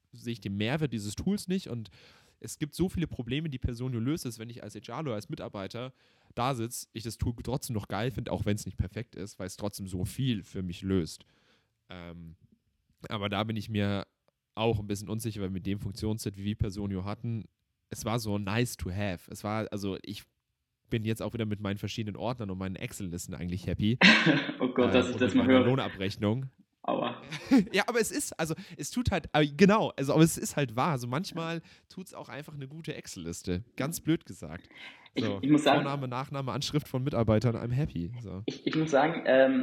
sehe ich den Mehrwert dieses Tools nicht und es gibt so viele Probleme, die Personio löst, dass wenn ich als HR oder als Mitarbeiter da sitze, ich das Tool trotzdem noch geil finde, auch wenn es nicht perfekt ist, weil es trotzdem so viel für mich löst. Aber da bin ich mir auch ein bisschen unsicher, weil mit dem Funktionsset, wie wir Personio hatten, es war so nice to have. Es war, also ich bin jetzt auch wieder mit meinen verschiedenen Ordnern und meinen Excel-Listen eigentlich happy. Oh Gott, dass ich das mit mal meiner höre. Lohnabrechnung. Aua. Ja, aber es ist, also es tut halt, genau, also aber es ist halt wahr. Also manchmal tut es auch einfach eine gute Excel-Liste. Ganz blöd gesagt. So, Ich muss sagen, Vorname, Nachname, Anschrift von Mitarbeitern, I'm happy. So. ich muss sagen,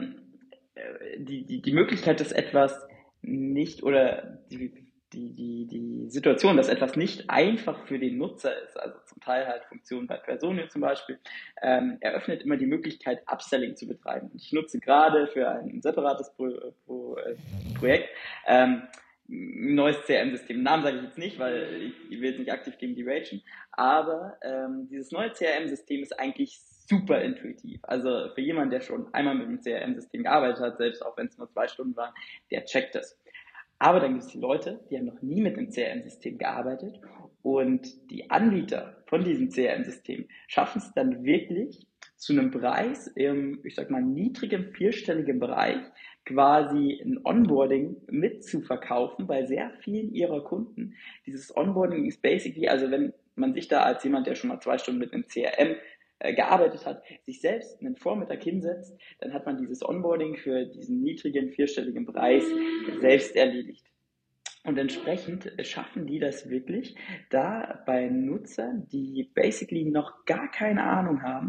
die Möglichkeit, dass etwas nicht oder die Situation, dass etwas nicht einfach für den Nutzer ist, also zum Teil halt Funktionen bei Personen zum Beispiel, eröffnet immer die Möglichkeit, Upselling zu betreiben. Und ich nutze gerade für ein separates Projekt ein neues CRM-System. Namen sage ich jetzt nicht, weil ich will jetzt nicht aktiv gegen die ragen, aber dieses neue CRM-System ist eigentlich super intuitiv. Also für jemanden, der schon einmal mit dem CRM-System gearbeitet hat, selbst auch wenn es nur 2 Stunden waren, der checkt das. Aber dann gibt es die Leute, die haben noch nie mit dem CRM-System gearbeitet und die Anbieter von diesem CRM-System schaffen es dann wirklich zu einem Preis im, ich sag mal, niedrigen vierstelligen Bereich quasi ein Onboarding mitzuverkaufen bei sehr vielen ihrer Kunden. Dieses Onboarding ist basically, also wenn man sich da als jemand, der schon mal 2 Stunden mit einem CRM gearbeitet hat, sich selbst einen Vormittag hinsetzt, dann hat man dieses Onboarding für diesen niedrigen vierstelligen Preis selbst erledigt. Und entsprechend schaffen die das wirklich, da bei Nutzern, die basically noch gar keine Ahnung haben,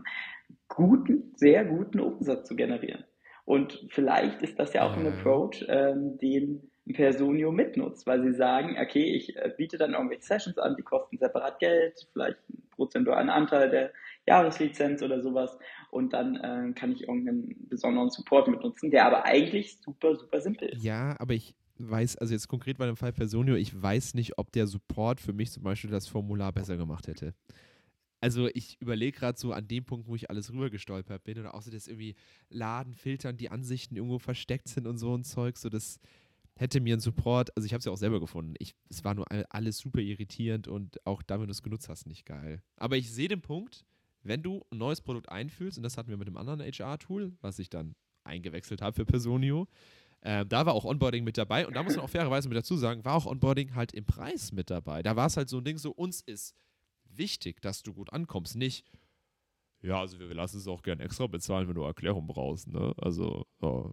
sehr guten Umsatz zu generieren. Und vielleicht ist das ja auch ein Approach, den Personio mitnutzt, weil sie sagen, okay, ich biete dann irgendwelche Sessions an, die kosten separat Geld, vielleicht einen prozentualen Anteil der Jahreslizenz oder sowas und dann kann ich irgendeinen besonderen Support mitnutzen, der aber eigentlich super, super simpel ist. Ja, aber ich weiß, also jetzt konkret bei dem Fall Personio, ich weiß nicht, ob der Support für mich zum Beispiel das Formular besser gemacht hätte. Also ich überlege gerade so an dem Punkt, wo ich alles rübergestolpert bin oder auch so, dass irgendwie Laden, Filtern, die Ansichten irgendwo versteckt sind und so ein Zeug, so das hätte mir ein Support, also ich habe es ja auch selber gefunden, es war nur alles super irritierend und auch da, wenn du es genutzt hast, nicht geil. Aber ich sehe den Punkt, wenn du ein neues Produkt einfühlst, und das hatten wir mit dem anderen HR-Tool, was ich dann eingewechselt habe für Personio, da war auch Onboarding mit dabei und da muss man auch fairerweise mit dazu sagen, war auch Onboarding halt im Preis mit dabei. Da war es halt so ein Ding, so uns ist wichtig, dass du gut ankommst, nicht ja, also wir lassen es auch gern extra bezahlen, wenn du Erklärung brauchst, ne? Also,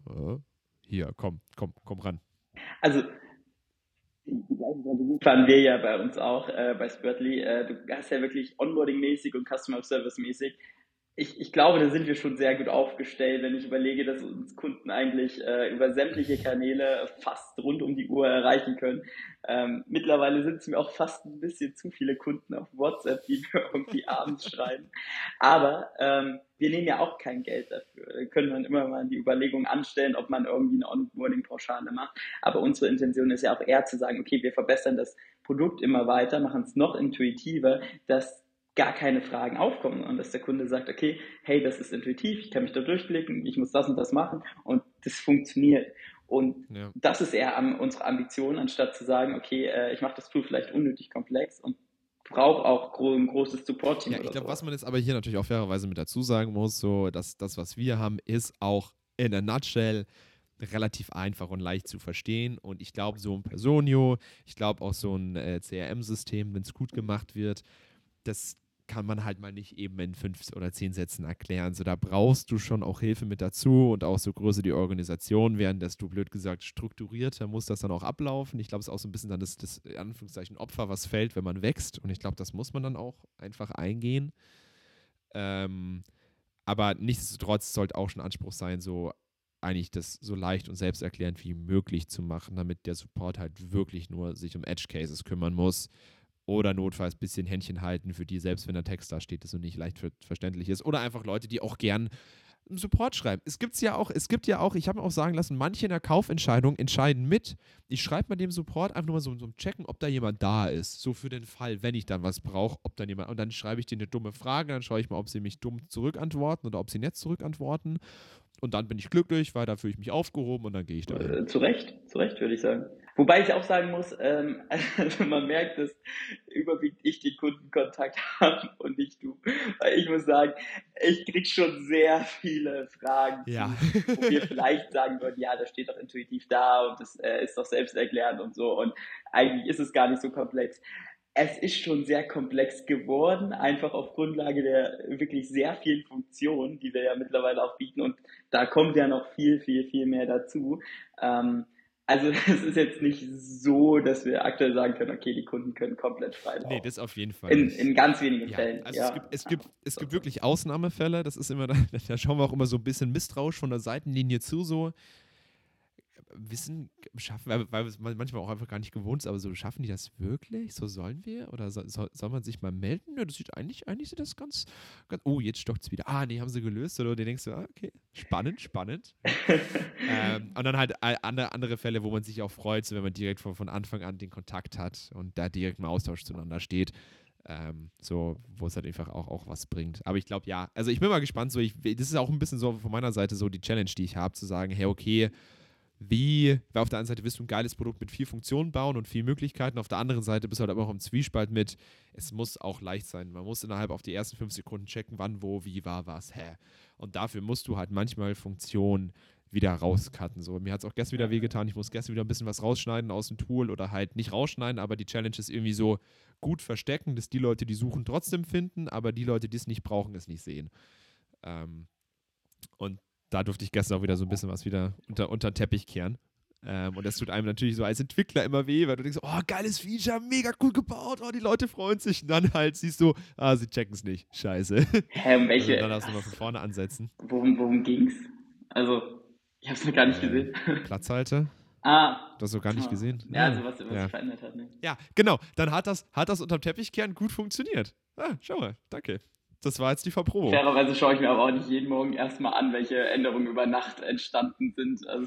hier, komm ran. Also die gleiche Strategie fahren wir ja bei uns auch bei Spurtly. Du hast ja wirklich Onboarding-mäßig und Customer Service-mäßig. Ich glaube, da sind wir schon sehr gut aufgestellt, wenn ich überlege, dass uns Kunden eigentlich über sämtliche Kanäle fast rund um die Uhr erreichen können. Mittlerweile sind es mir auch fast ein bisschen zu viele Kunden auf WhatsApp, die mir irgendwie abends schreiben. Aber wir nehmen ja auch kein Geld dafür. Da können wir immer mal die Überlegung anstellen, ob man irgendwie eine Onboarding-Pauschale macht. Aber unsere Intention ist ja auch eher zu sagen, okay, wir verbessern das Produkt immer weiter, machen es noch intuitiver, dass gar keine Fragen aufkommen und dass der Kunde sagt, okay, hey, das ist intuitiv, ich kann mich da durchklicken, ich muss das und das machen und das funktioniert. Und das ist eher unsere Ambition, anstatt zu sagen, okay, ich mache das Tool vielleicht unnötig komplex und brauche auch ein großes Support-Team. Ja, ich glaube, was man jetzt aber hier natürlich auch fairerweise mit dazu sagen muss, so, dass das, was wir haben, ist auch in a nutshell relativ einfach und leicht zu verstehen. Und ich glaube, so ein Personio, ich glaube auch so ein CRM-System, wenn es gut gemacht wird, das kann man halt mal nicht eben in 5 oder 10 Sätzen erklären. So, da brauchst du schon auch Hilfe mit dazu und auch so größer die Organisation werden, desto blöd gesagt strukturierter muss das dann auch ablaufen. Ich glaube, es ist auch so ein bisschen dann das in Anführungszeichen Opfer, was fällt, wenn man wächst. Und ich glaube, das muss man dann auch einfach eingehen. Aber nichtsdestotrotz sollte auch schon Anspruch sein, so eigentlich das so leicht und selbsterklärend wie möglich zu machen, damit der Support halt wirklich nur sich um Edge Cases kümmern muss. Oder notfalls ein bisschen Händchen halten für die, selbst wenn der Text da steht, das so nicht leicht verständlich ist. Oder einfach Leute, die auch gern Support schreiben. Es gibt ja auch, ich habe mir auch sagen lassen, manche in der Kaufentscheidung entscheiden mit. Ich schreibe mal dem Support einfach nur mal so checken, ob da jemand da ist. So für den Fall, wenn ich dann was brauche, ob dann jemand, und dann schreibe ich denen eine dumme Frage, dann schaue ich mal, ob sie mich dumm zurückantworten oder ob sie nett zurückantworten. Und dann bin ich glücklich, weil da fühle ich mich aufgehoben und dann gehe ich da hin. Zu Recht würde ich sagen. Wobei ich auch sagen muss, also man merkt, dass überwiegend ich den Kundenkontakt habe und nicht du. Weil ich muss sagen, ich krieg schon sehr viele Fragen Ja. wo wir vielleicht sagen würden, ja, das steht doch intuitiv da und das ist doch selbsterklärend und so. Und eigentlich ist es gar nicht so komplex. Es ist schon sehr komplex geworden, einfach auf Grundlage der wirklich sehr vielen Funktionen, die wir ja mittlerweile auch bieten. Und da kommt ja noch viel, viel, viel mehr dazu. Also es ist jetzt nicht so, dass wir aktuell sagen können, okay, die Kunden können komplett frei laufen. Nee, das auf jeden Fall In, nicht. in ganz wenigen Ja, Fällen. also Ja. es gibt wirklich Ausnahmefälle, das ist immer, da schauen wir auch immer so ein bisschen misstrauisch von der Seitenlinie zu, so schaffen, weil es manchmal auch einfach gar nicht gewohnt ist, aber so, schaffen die das wirklich? So sollen wir? Oder soll man sich mal melden? Ja, das sieht eigentlich sieht das ganz, oh, jetzt stockt es wieder. Ah, nee, haben sie gelöst. Oder du denkst so, okay, spannend. Und dann halt andere Fälle, wo man sich auch freut, so wenn man direkt von Anfang an den Kontakt hat und da direkt im Austausch zueinander steht. So, wo es halt einfach auch was bringt. Aber ich glaube, ja, also ich bin mal gespannt, so das ist auch ein bisschen so von meiner Seite so die Challenge, die ich habe, zu sagen, hey, okay, weil auf der einen Seite willst du ein geiles Produkt mit viel Funktionen bauen und viel Möglichkeiten, auf der anderen Seite bist du halt aber auch im Zwiespalt mit, es muss auch leicht sein. Man muss innerhalb auf die ersten 5 Sekunden checken, wann, wo, wie, war, was, Und dafür musst du halt manchmal Funktionen wieder rauscutten. So, mir hat es auch gestern wieder wehgetan, ich muss gestern wieder ein bisschen was rausschneiden aus dem Tool oder halt nicht rausschneiden, aber die Challenge ist irgendwie so gut verstecken, dass die Leute, die suchen, trotzdem finden, aber die Leute, die es nicht brauchen, es nicht sehen. Und da durfte ich gestern auch wieder so ein bisschen was wieder unter den Teppich kehren. Und das tut einem natürlich so als Entwickler immer weh, weil du denkst, oh, geiles Feature, mega cool gebaut, oh, die Leute freuen sich. Und dann halt siehst du, sie checken es nicht. Scheiße. Um welche, also dann darfst du mal von vorne ansetzen. Worum ging's? Also, ich habe es noch gar nicht gesehen. Platzhalter. Du hast noch gar nicht gesehen. Ja, also was sich verändert hat. Ne? Ja, genau. Dann hat das unterm Teppichkern gut funktioniert. Schau mal, danke. Das war jetzt die Verprobung. Fairerweise schaue ich mir aber auch nicht jeden Morgen erstmal an, welche Änderungen über Nacht entstanden sind. Also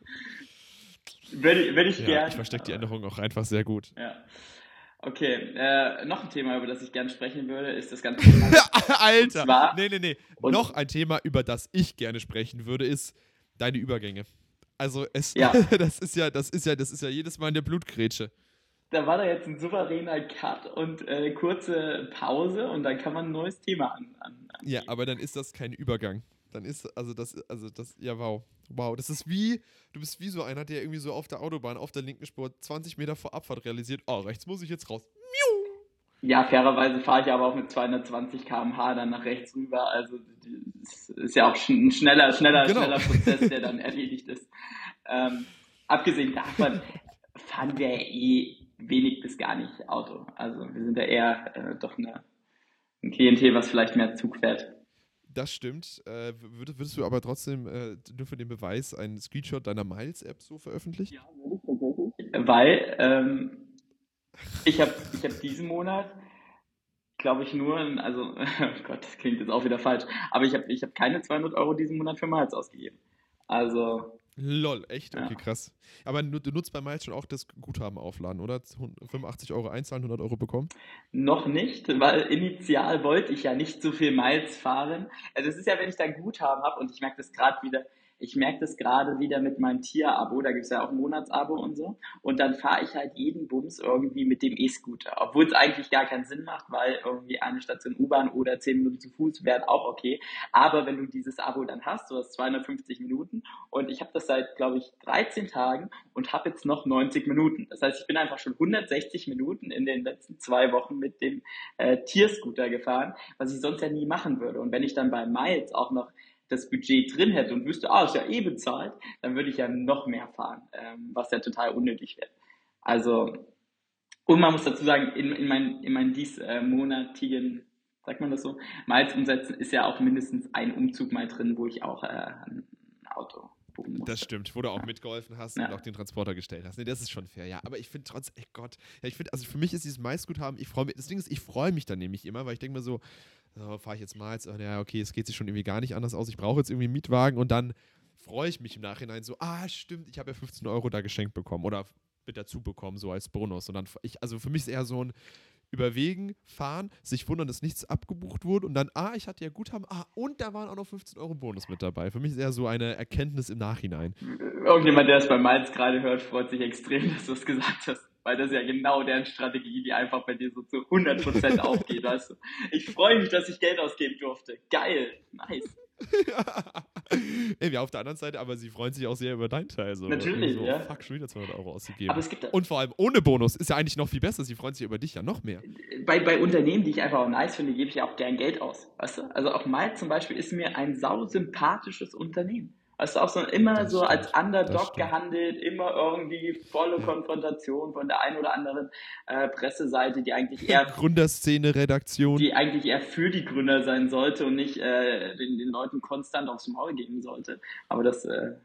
würde ich gerne. Ich verstecke die Änderungen auch einfach sehr gut. Ja. Okay, noch ein Thema, über das ich gerne sprechen würde, ist das ganze Thema. Alter, zwar, nee. Noch ein Thema, über das ich gerne sprechen würde, ist deine Übergänge. Also das ist ja jedes Mal eine Blutgrätsche. Da war da jetzt ein souveräner Cut und kurze Pause und dann kann man ein neues Thema an. Ja, aber dann ist das kein Übergang. Dann ist, ja, wow. Wow, du bist wie so einer, der irgendwie so auf der Autobahn, auf der linken Spur 20 Meter vor Abfahrt realisiert, oh, rechts muss ich jetzt raus. Ja, fairerweise fahre ich aber auch mit 220 km/h dann nach rechts rüber, also das ist ja auch ein schneller Prozess, der dann erledigt ist. Abgesehen davon fahren wir wenig bis gar nicht Auto. Also wir sind ja eher doch ein Klientel, was vielleicht mehr Zug fährt. Das stimmt. Würdest du aber trotzdem nur für den Beweis einen Screenshot deiner Miles-App so veröffentlichen? Ja, würde ich tatsächlich. Weil ich hab diesen Monat, glaube ich, nur, also, oh Gott, das klingt jetzt auch wieder falsch, aber ich hab keine 200 € diesen Monat für Miles ausgegeben. Also... Lol, echt? Okay, krass. Aber du nutzt bei Miles schon auch das Guthaben aufladen, oder? 85 € einzahlen, 100 € bekommen? Noch nicht, weil initial wollte ich ja nicht so viel Miles fahren. Also es ist ja, wenn ich da Guthaben habe und ich merke das gerade wieder mit meinem Tier-Abo, da gibt es ja auch ein Monatsabo und so. Und dann fahre ich halt jeden Bums irgendwie mit dem E-Scooter. Obwohl es eigentlich gar keinen Sinn macht, weil irgendwie eine Station U-Bahn oder 10 Minuten zu Fuß wären auch okay. Aber wenn du dieses Abo dann hast, du hast 250 Minuten und ich habe das seit, glaube ich, 13 Tagen und habe jetzt noch 90 Minuten. Das heißt, ich bin einfach schon 160 Minuten in den letzten 2 Wochen mit dem Tierscooter gefahren, was ich sonst ja nie machen würde. Und wenn ich dann bei Miles auch noch das Budget drin hätte und wüsste, ist ja bezahlt, dann würde ich ja noch mehr fahren, was ja total unnötig wäre. Also, und man muss dazu sagen, in meinen diesmonatigen, sagt man das so, Miles-Umsätzen ist ja auch mindestens ein Umzug mal drin, wo ich auch ein Auto buchen musste. Das stimmt, wo du auch mitgeholfen hast und auch den Transporter gestellt hast. Nee, das ist schon fair, ja. Aber ich finde trotzdem, also für mich ist dieses Miles-Guthaben, das Ding ist, ich freue mich dann nämlich immer, weil ich denke mir so, fahre ich jetzt mal, ja, okay, es geht sich schon irgendwie gar nicht anders aus, ich brauche jetzt irgendwie einen Mietwagen und dann freue ich mich im Nachhinein so, stimmt, ich habe ja 15 € da geschenkt bekommen oder mit dazu bekommen, so als Bonus. Und dann, also für mich ist eher so ein überwegen, fahren, sich wundern, dass nichts abgebucht wurde und dann, ich hatte ja Guthaben, und da waren auch noch 15 Euro Bonus mit dabei. Für mich ist eher so eine Erkenntnis im Nachhinein. Irgendjemand, der es bei Miles gerade hört, freut sich extrem, dass du es gesagt hast. Weil das ist ja genau deren Strategie, die einfach bei dir so zu 100% aufgeht. Weißt du? Ich freue mich, dass ich Geld ausgeben durfte. Geil, nice. Ey, auf der anderen Seite, aber sie freuen sich auch sehr über deinen Teil. So. Natürlich, so, ja. Fuck, schon wieder 200 Euro ausgegeben. Aber es gibt und vor allem ohne Bonus ist ja eigentlich noch viel besser. Sie freuen sich über dich ja noch mehr. Bei Unternehmen, die ich einfach auch nice finde, gebe ich ja auch gern Geld aus. Weißt du? Also auch Miles zum Beispiel ist mir ein sausympathisches Unternehmen. Hast du auch so immer Das so stimmt, als Underdog gehandelt, immer irgendwie volle Konfrontation von der einen oder anderen Presseseite, die eigentlich eher Gründerszene-Redaktion. Die eigentlich eher für die Gründer sein sollte und nicht den Leuten konstant aufs Maul geben sollte. Aber das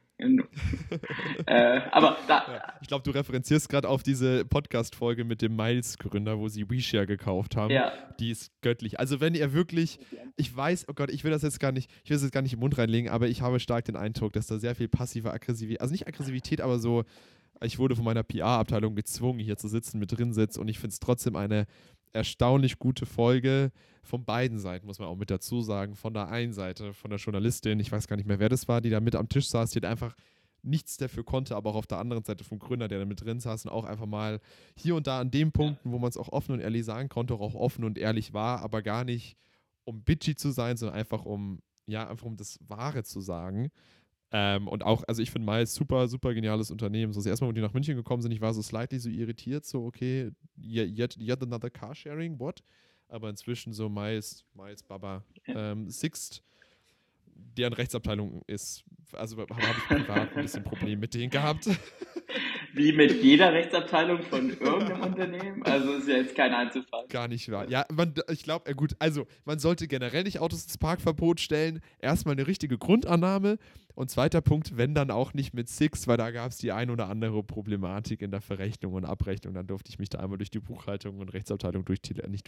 aber da. Ja, ich glaube, du referenzierst gerade auf diese Podcast-Folge mit dem Miles-Gründer, wo sie WeShare gekauft haben. Ja. Die ist göttlich. Also wenn ihr wirklich, ich weiß, oh Gott, ich will das jetzt gar nicht im Mund reinlegen, aber ich habe stark den Eindruck, dass da sehr viel passive Aggressivität, also nicht Aggressivität, aber so, ich wurde von meiner PR-Abteilung gezwungen, hier zu sitzen, mit drin sitzt und ich finde es trotzdem eine erstaunlich gute Folge von beiden Seiten, muss man auch mit dazu sagen. Von der einen Seite, von der Journalistin, ich weiß gar nicht mehr, wer das war, die da mit am Tisch saß, die hat einfach nichts dafür konnte, aber auch auf der anderen Seite vom Gründer, der da mit drin saß und auch einfach mal hier und da an den Punkten, wo man es auch offen und ehrlich sagen konnte, auch offen und ehrlich war, aber gar nicht um bitchy zu sein, sondern einfach um das Wahre zu sagen. Und auch, also ich finde Miles super, super geniales Unternehmen. So, das erste Mal, wo die nach München gekommen sind, ich war so slightly so irritiert, so okay, yet another Carsharing, what? Aber inzwischen so Miles Baba, Sixt, deren Rechtsabteilung ist, also habe ich privat ein bisschen Problem mit denen gehabt. Wie mit jeder Rechtsabteilung von irgendeinem Unternehmen? Also ist ja jetzt kein Einzelfall. Gar nicht wahr. Ja, ich glaube, gut, also man sollte generell nicht Autos ins Parkverbot stellen. Erstmal eine richtige Grundannahme. Und zweiter Punkt, wenn dann auch nicht mit Sixt, weil da gab es die ein oder andere Problematik in der Verrechnung und Abrechnung. Dann durfte ich mich da einmal durch die Buchhaltung und Rechtsabteilung durch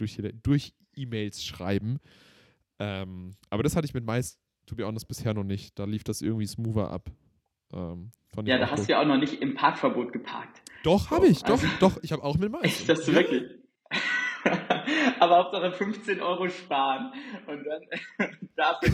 E-Mails schreiben. Aber das hatte ich mit Miles, to be honest, bisher noch nicht. Da lief das irgendwie smoother ab. Ja, da hast du ja auch noch nicht im Parkverbot geparkt. Doch, habe ich. Doch. Ich habe auch mit Miles. Echt, das wirklich? Aber Hauptsache 15 Euro sparen und dann dafür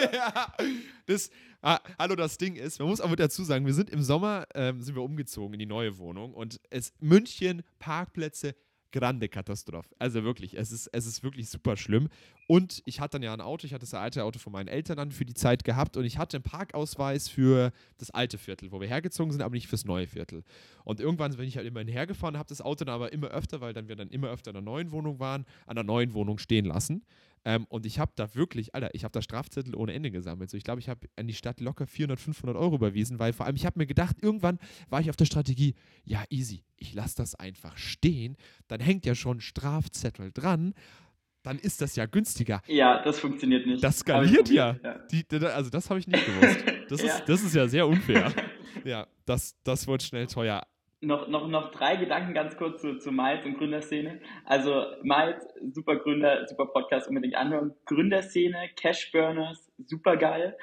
Geld. Hallo, das Ding ist, man muss auch mit dazu sagen, wir sind im Sommer, sind wir umgezogen in die neue Wohnung und München, Parkplätze, grande Katastrophe. Also wirklich, es ist wirklich super schlimm. Und ich hatte dann ja ein Auto, ich hatte das alte Auto von meinen Eltern dann für die Zeit gehabt und ich hatte einen Parkausweis für das alte Viertel, wo wir hergezogen sind, aber nicht fürs neue Viertel. Und irgendwann bin ich halt immer hergefahren, habe das Auto dann aber immer öfter, weil wir dann immer öfter in einer neuen Wohnung waren, an der neuen Wohnung stehen lassen. Und ich habe da wirklich, Alter, ich habe da Strafzettel ohne Ende gesammelt. So, ich glaube, ich habe an die Stadt locker 400, 500 Euro überwiesen, weil vor allem, ich habe mir gedacht, irgendwann war ich auf der Strategie, ja, easy, ich lasse das einfach stehen, dann hängt ja schon ein Strafzettel dran, dann ist das ja günstiger. Ja, das funktioniert nicht. Das skaliert ja. Also das habe ich nicht gewusst. Das ist ja sehr unfair. Ja, das wird schnell teuer. Noch 3 Gedanken ganz kurz zu Miles und Gründerszene. Also Miles, super Gründer, super Podcast, unbedingt anhören. Gründerszene, Cashburners, super geil.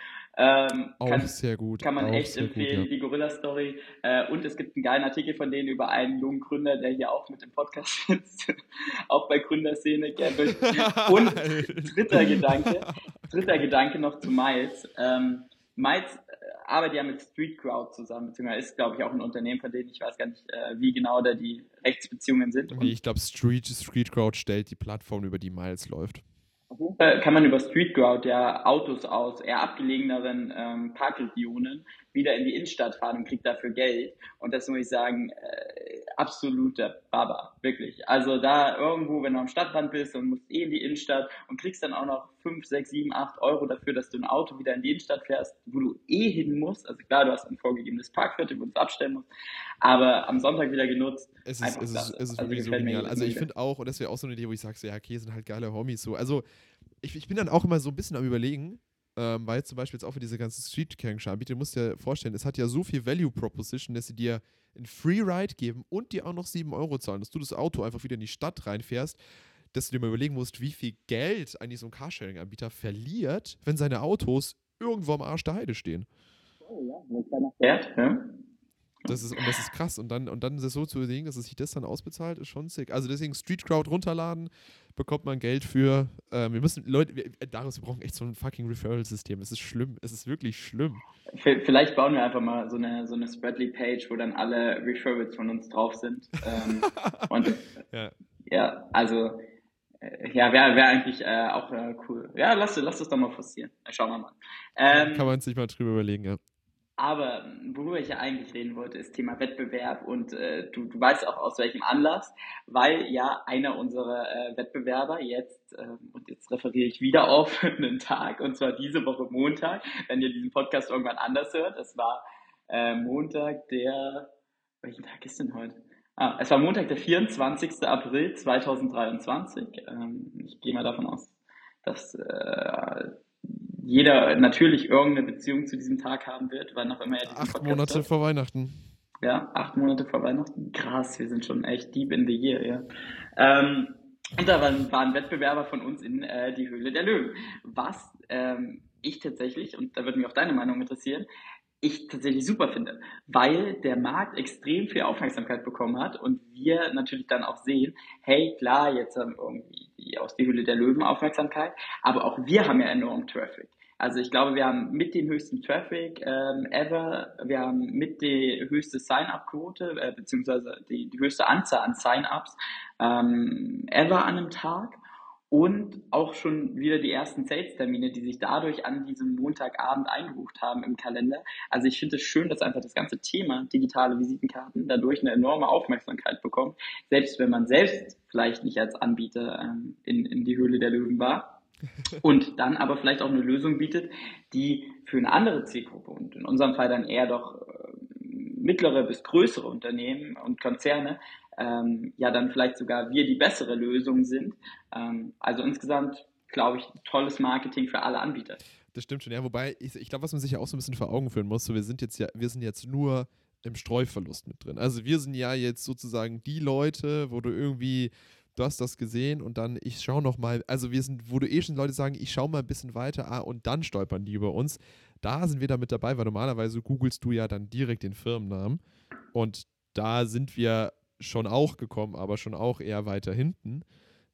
Sehr gut. Kann man echt empfehlen, die Gorilla-Story. Und es gibt einen geilen Artikel von denen über einen jungen Gründer, der hier auch mit im Podcast sitzt. Auch bei Gründerszene, Gavin. Und dritter Gedanke noch zu Miles. Miles arbeitet ja mit Street Crowd zusammen, beziehungsweise ist, glaube ich, auch ein Unternehmen von denen. Ich weiß gar nicht, wie genau da die Rechtsbeziehungen sind. Nee, ich glaube, Street Crowd stellt die Plattform, über die Miles läuft. Kann man über Street Crowd ja Autos aus eher abgelegeneren Parkregionen wieder in die Innenstadt fahren und kriegt dafür Geld. Und das muss ich sagen, absoluter Baba, wirklich. Also da irgendwo, wenn du am Stadtrand bist und musst in die Innenstadt und kriegst dann auch noch 5, 6, 7, 8 Euro dafür, dass du ein Auto wieder in die Innenstadt fährst, wo du hin musst. Also klar, du hast ein vorgegebenes Parkviertel, wo du es abstellen musst, aber am Sonntag wieder genutzt. Es ist wirklich so genial. Also ich finde auch, und das wäre auch so eine Idee, wo ich sage, so, ja, okay, sind halt geile Homies so. Also ich bin dann auch immer so ein bisschen am Überlegen, weil jetzt zum Beispiel jetzt auch für diese ganzen Street-Gang anbietet, du musst dir vorstellen, es hat ja so viel Value Proposition, dass sie dir ein Free-Ride geben und dir auch noch 7 Euro zahlen, dass du das Auto einfach wieder in die Stadt reinfährst, dass du dir mal überlegen musst, wie viel Geld eigentlich so ein Carsharing-Anbieter verliert, wenn seine Autos irgendwo am Arsch der Heide stehen. Oh ja, ein kleiner Wert, ja. Das ist krass. Und dann das so zu überlegen, dass es sich das dann ausbezahlt, ist schon sick. Also deswegen Street Crowd runterladen, bekommt man Geld für. Wir müssen, Leute, wir brauchen echt so ein fucking Referral-System. Es ist schlimm. Es ist wirklich schlimm. Vielleicht bauen wir einfach mal so eine Spreadly-Page, wo dann alle Referrals von uns drauf sind. Und ja, also ja, wäre eigentlich auch cool. Ja, lass es doch mal forcieren. Schauen wir mal. Kann man sich mal drüber überlegen, ja. Aber worüber ich ja eigentlich reden wollte, ist Thema Wettbewerb und du weißt auch aus welchem Anlass, weil ja einer unserer Wettbewerber jetzt, und jetzt referiere ich wieder auf einen Tag, und zwar diese Woche Montag, wenn ihr diesen Podcast irgendwann anders hört, es war Montag welchen Tag ist denn heute? Es war Montag, der 24. April 2023. Ich gehe mal davon aus, dass jeder natürlich irgendeine Beziehung zu diesem Tag haben wird, wann auch immer er diesen Podcast 8 Monate hört. vor Weihnachten. Ja, 8 Monate vor Weihnachten. Krass, wir sind schon echt deep in the year, ja. Und da waren Wettbewerber von uns in die Höhle der Löwen. Was ich tatsächlich, und da würde mich auch deine Meinung interessieren, ich tatsächlich super finde, weil der Markt extrem viel Aufmerksamkeit bekommen hat und wir natürlich dann auch sehen, hey, klar, jetzt haben irgendwie die aus die Höhle der Löwen Aufmerksamkeit, aber auch wir haben ja enorm Traffic. Also ich glaube, wir haben mit den höchsten Traffic ever, wir haben mit die höchste Sign-up-Quote, beziehungsweise die höchste Anzahl an Sign-ups ever an einem Tag. Und auch schon wieder die ersten Sales-Termine, die sich dadurch an diesem Montagabend eingebucht haben im Kalender. Also ich finde es schön, dass einfach das ganze Thema digitale Visitenkarten dadurch eine enorme Aufmerksamkeit bekommt, selbst wenn man selbst vielleicht nicht als Anbieter in die Höhle der Löwen war. Und dann aber vielleicht auch eine Lösung bietet, die für eine andere Zielgruppe und in unserem Fall dann eher doch mittlere bis größere Unternehmen und Konzerne ja dann vielleicht sogar wir die bessere Lösung sind. Also insgesamt, glaube ich, tolles Marketing für alle Anbieter. Das stimmt schon, ja, wobei ich glaube, was man sich ja auch so ein bisschen vor Augen führen muss, so wir sind jetzt nur im Streuverlust mit drin. Also wir sind ja jetzt sozusagen die Leute, wo du irgendwie, du hast das gesehen und dann ich schaue nochmal, also wir sind, wo du schon Leute sagen, ich schaue mal ein bisschen weiter, und dann stolpern die über uns. Da sind wir da mit dabei, weil normalerweise googelst du ja dann direkt den Firmennamen und da sind wir schon auch gekommen, aber schon auch eher weiter hinten.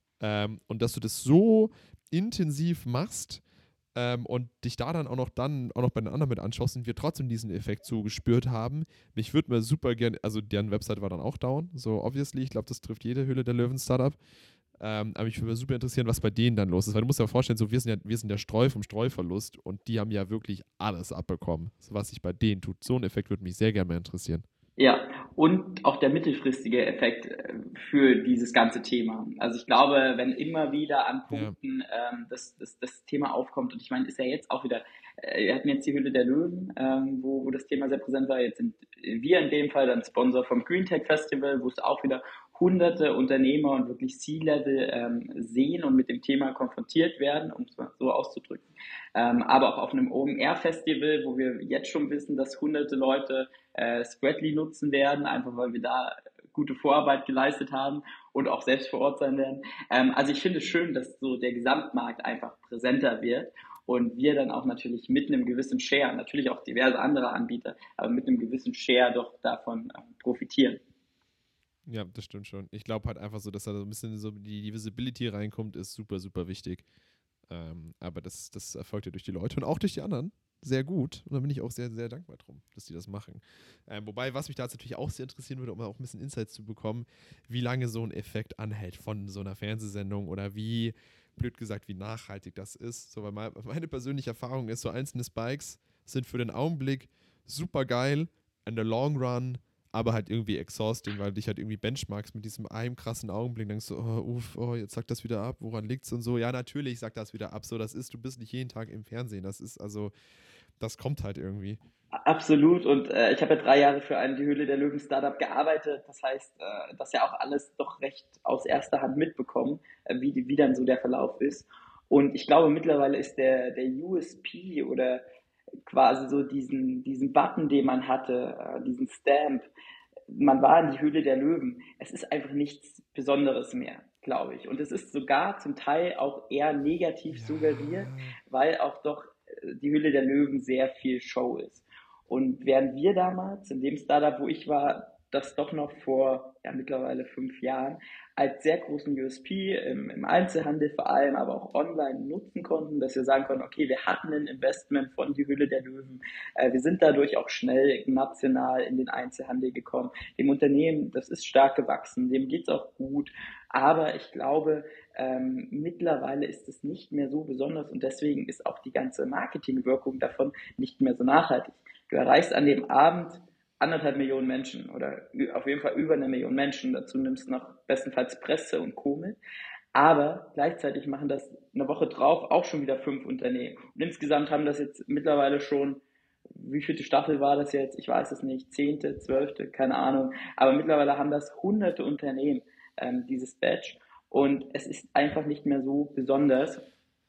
Und dass du das so intensiv machst und dich da dann auch noch bei den anderen mit anschaust und wir trotzdem diesen Effekt so gespürt haben. Mich würde mir super gerne, also deren Website war dann auch down, so obviously, ich glaube, das trifft jede Höhle der Löwen-Startup. Aber mich würde mir super interessieren, was bei denen dann los ist, weil du musst dir ja vorstellen, so wir sind der Streu vom Streuverlust und die haben ja wirklich alles abbekommen, so was sich bei denen tut. So ein Effekt würde mich sehr gerne mal interessieren. Ja, und auch der mittelfristige Effekt für dieses ganze Thema. Also ich glaube, wenn immer wieder an Punkten das Thema aufkommt, und ich meine, ist ja jetzt auch wieder, wir hatten jetzt die Höhle der Löwen, wo das Thema sehr präsent war. Jetzt sind wir in dem Fall dann Sponsor vom Green Tech Festival, wo es auch wieder hunderte Unternehmer und wirklich C-Level sehen und mit dem Thema konfrontiert werden, um es mal so auszudrücken. Aber auch auf einem OMR-Festival, wo wir jetzt schon wissen, dass hunderte Leute Spreadly nutzen werden, einfach weil wir da gute Vorarbeit geleistet haben und auch selbst vor Ort sein werden. Also ich finde es schön, dass so der Gesamtmarkt einfach präsenter wird und wir dann auch natürlich mit einem gewissen Share, natürlich auch diverse andere Anbieter, aber mit einem gewissen Share doch davon profitieren. Ja, das stimmt schon. Ich glaube halt einfach so, dass da so ein bisschen so die Visibility reinkommt, ist super, super wichtig. Aber das erfolgt ja durch die Leute und auch durch die anderen sehr gut. Und da bin ich auch sehr, sehr dankbar drum, dass die das machen. Wobei, was mich da jetzt natürlich auch sehr interessieren würde, um auch ein bisschen Insights zu bekommen, wie lange so ein Effekt anhält von so einer Fernsehsendung oder wie, blöd gesagt, wie nachhaltig das ist. So, weil meine persönliche Erfahrung ist, so einzelne Spikes sind für den Augenblick super geil, in the long run aber halt irgendwie exhausting, weil dich halt irgendwie benchmarkst mit diesem einem krassen Augenblick, denkst du, jetzt sagt das wieder ab, woran liegt's und so. Ja, natürlich sagt das wieder ab, so, du bist nicht jeden Tag im Fernsehen, das kommt halt irgendwie. Absolut, und ich habe ja 3 Jahre für die Höhle der Löwen Startup gearbeitet, das heißt, das ja auch alles doch recht aus erster Hand mitbekommen, wie dann so der Verlauf ist. Und ich glaube, mittlerweile ist der USP oder quasi so diesen Button, den man hatte, diesen Stamp, man war in die Höhle der Löwen. Es ist einfach nichts Besonderes mehr, glaube ich. Und es ist sogar zum Teil auch eher negativ suggeriert, weil auch doch die Höhle der Löwen sehr viel Show ist. Und während wir damals in dem Startup, wo ich war, das doch noch vor mittlerweile 5 Jahren als sehr großen USP im Einzelhandel vor allem, aber auch online nutzen konnten, dass wir sagen konnten, okay, wir hatten ein Investment von die Höhle der Löwen, wir sind dadurch auch schnell national in den Einzelhandel gekommen. Dem Unternehmen, das ist stark gewachsen, dem geht's auch gut, aber ich glaube, mittlerweile ist es nicht mehr so besonders und deswegen ist auch die ganze Marketingwirkung davon nicht mehr so nachhaltig. Du erreichst an dem Abend 1,5 Millionen Menschen oder auf jeden Fall über 1 Million Menschen. Dazu nimmst du noch bestenfalls Presse und Co. mit. Aber gleichzeitig machen das eine Woche drauf auch schon wieder 5 Unternehmen. Und insgesamt haben das jetzt mittlerweile schon, wie vielte Staffel war das jetzt? Ich weiß es nicht, 10., 12., keine Ahnung. Aber mittlerweile haben das hunderte Unternehmen, dieses Badge. Und es ist einfach nicht mehr so besonders.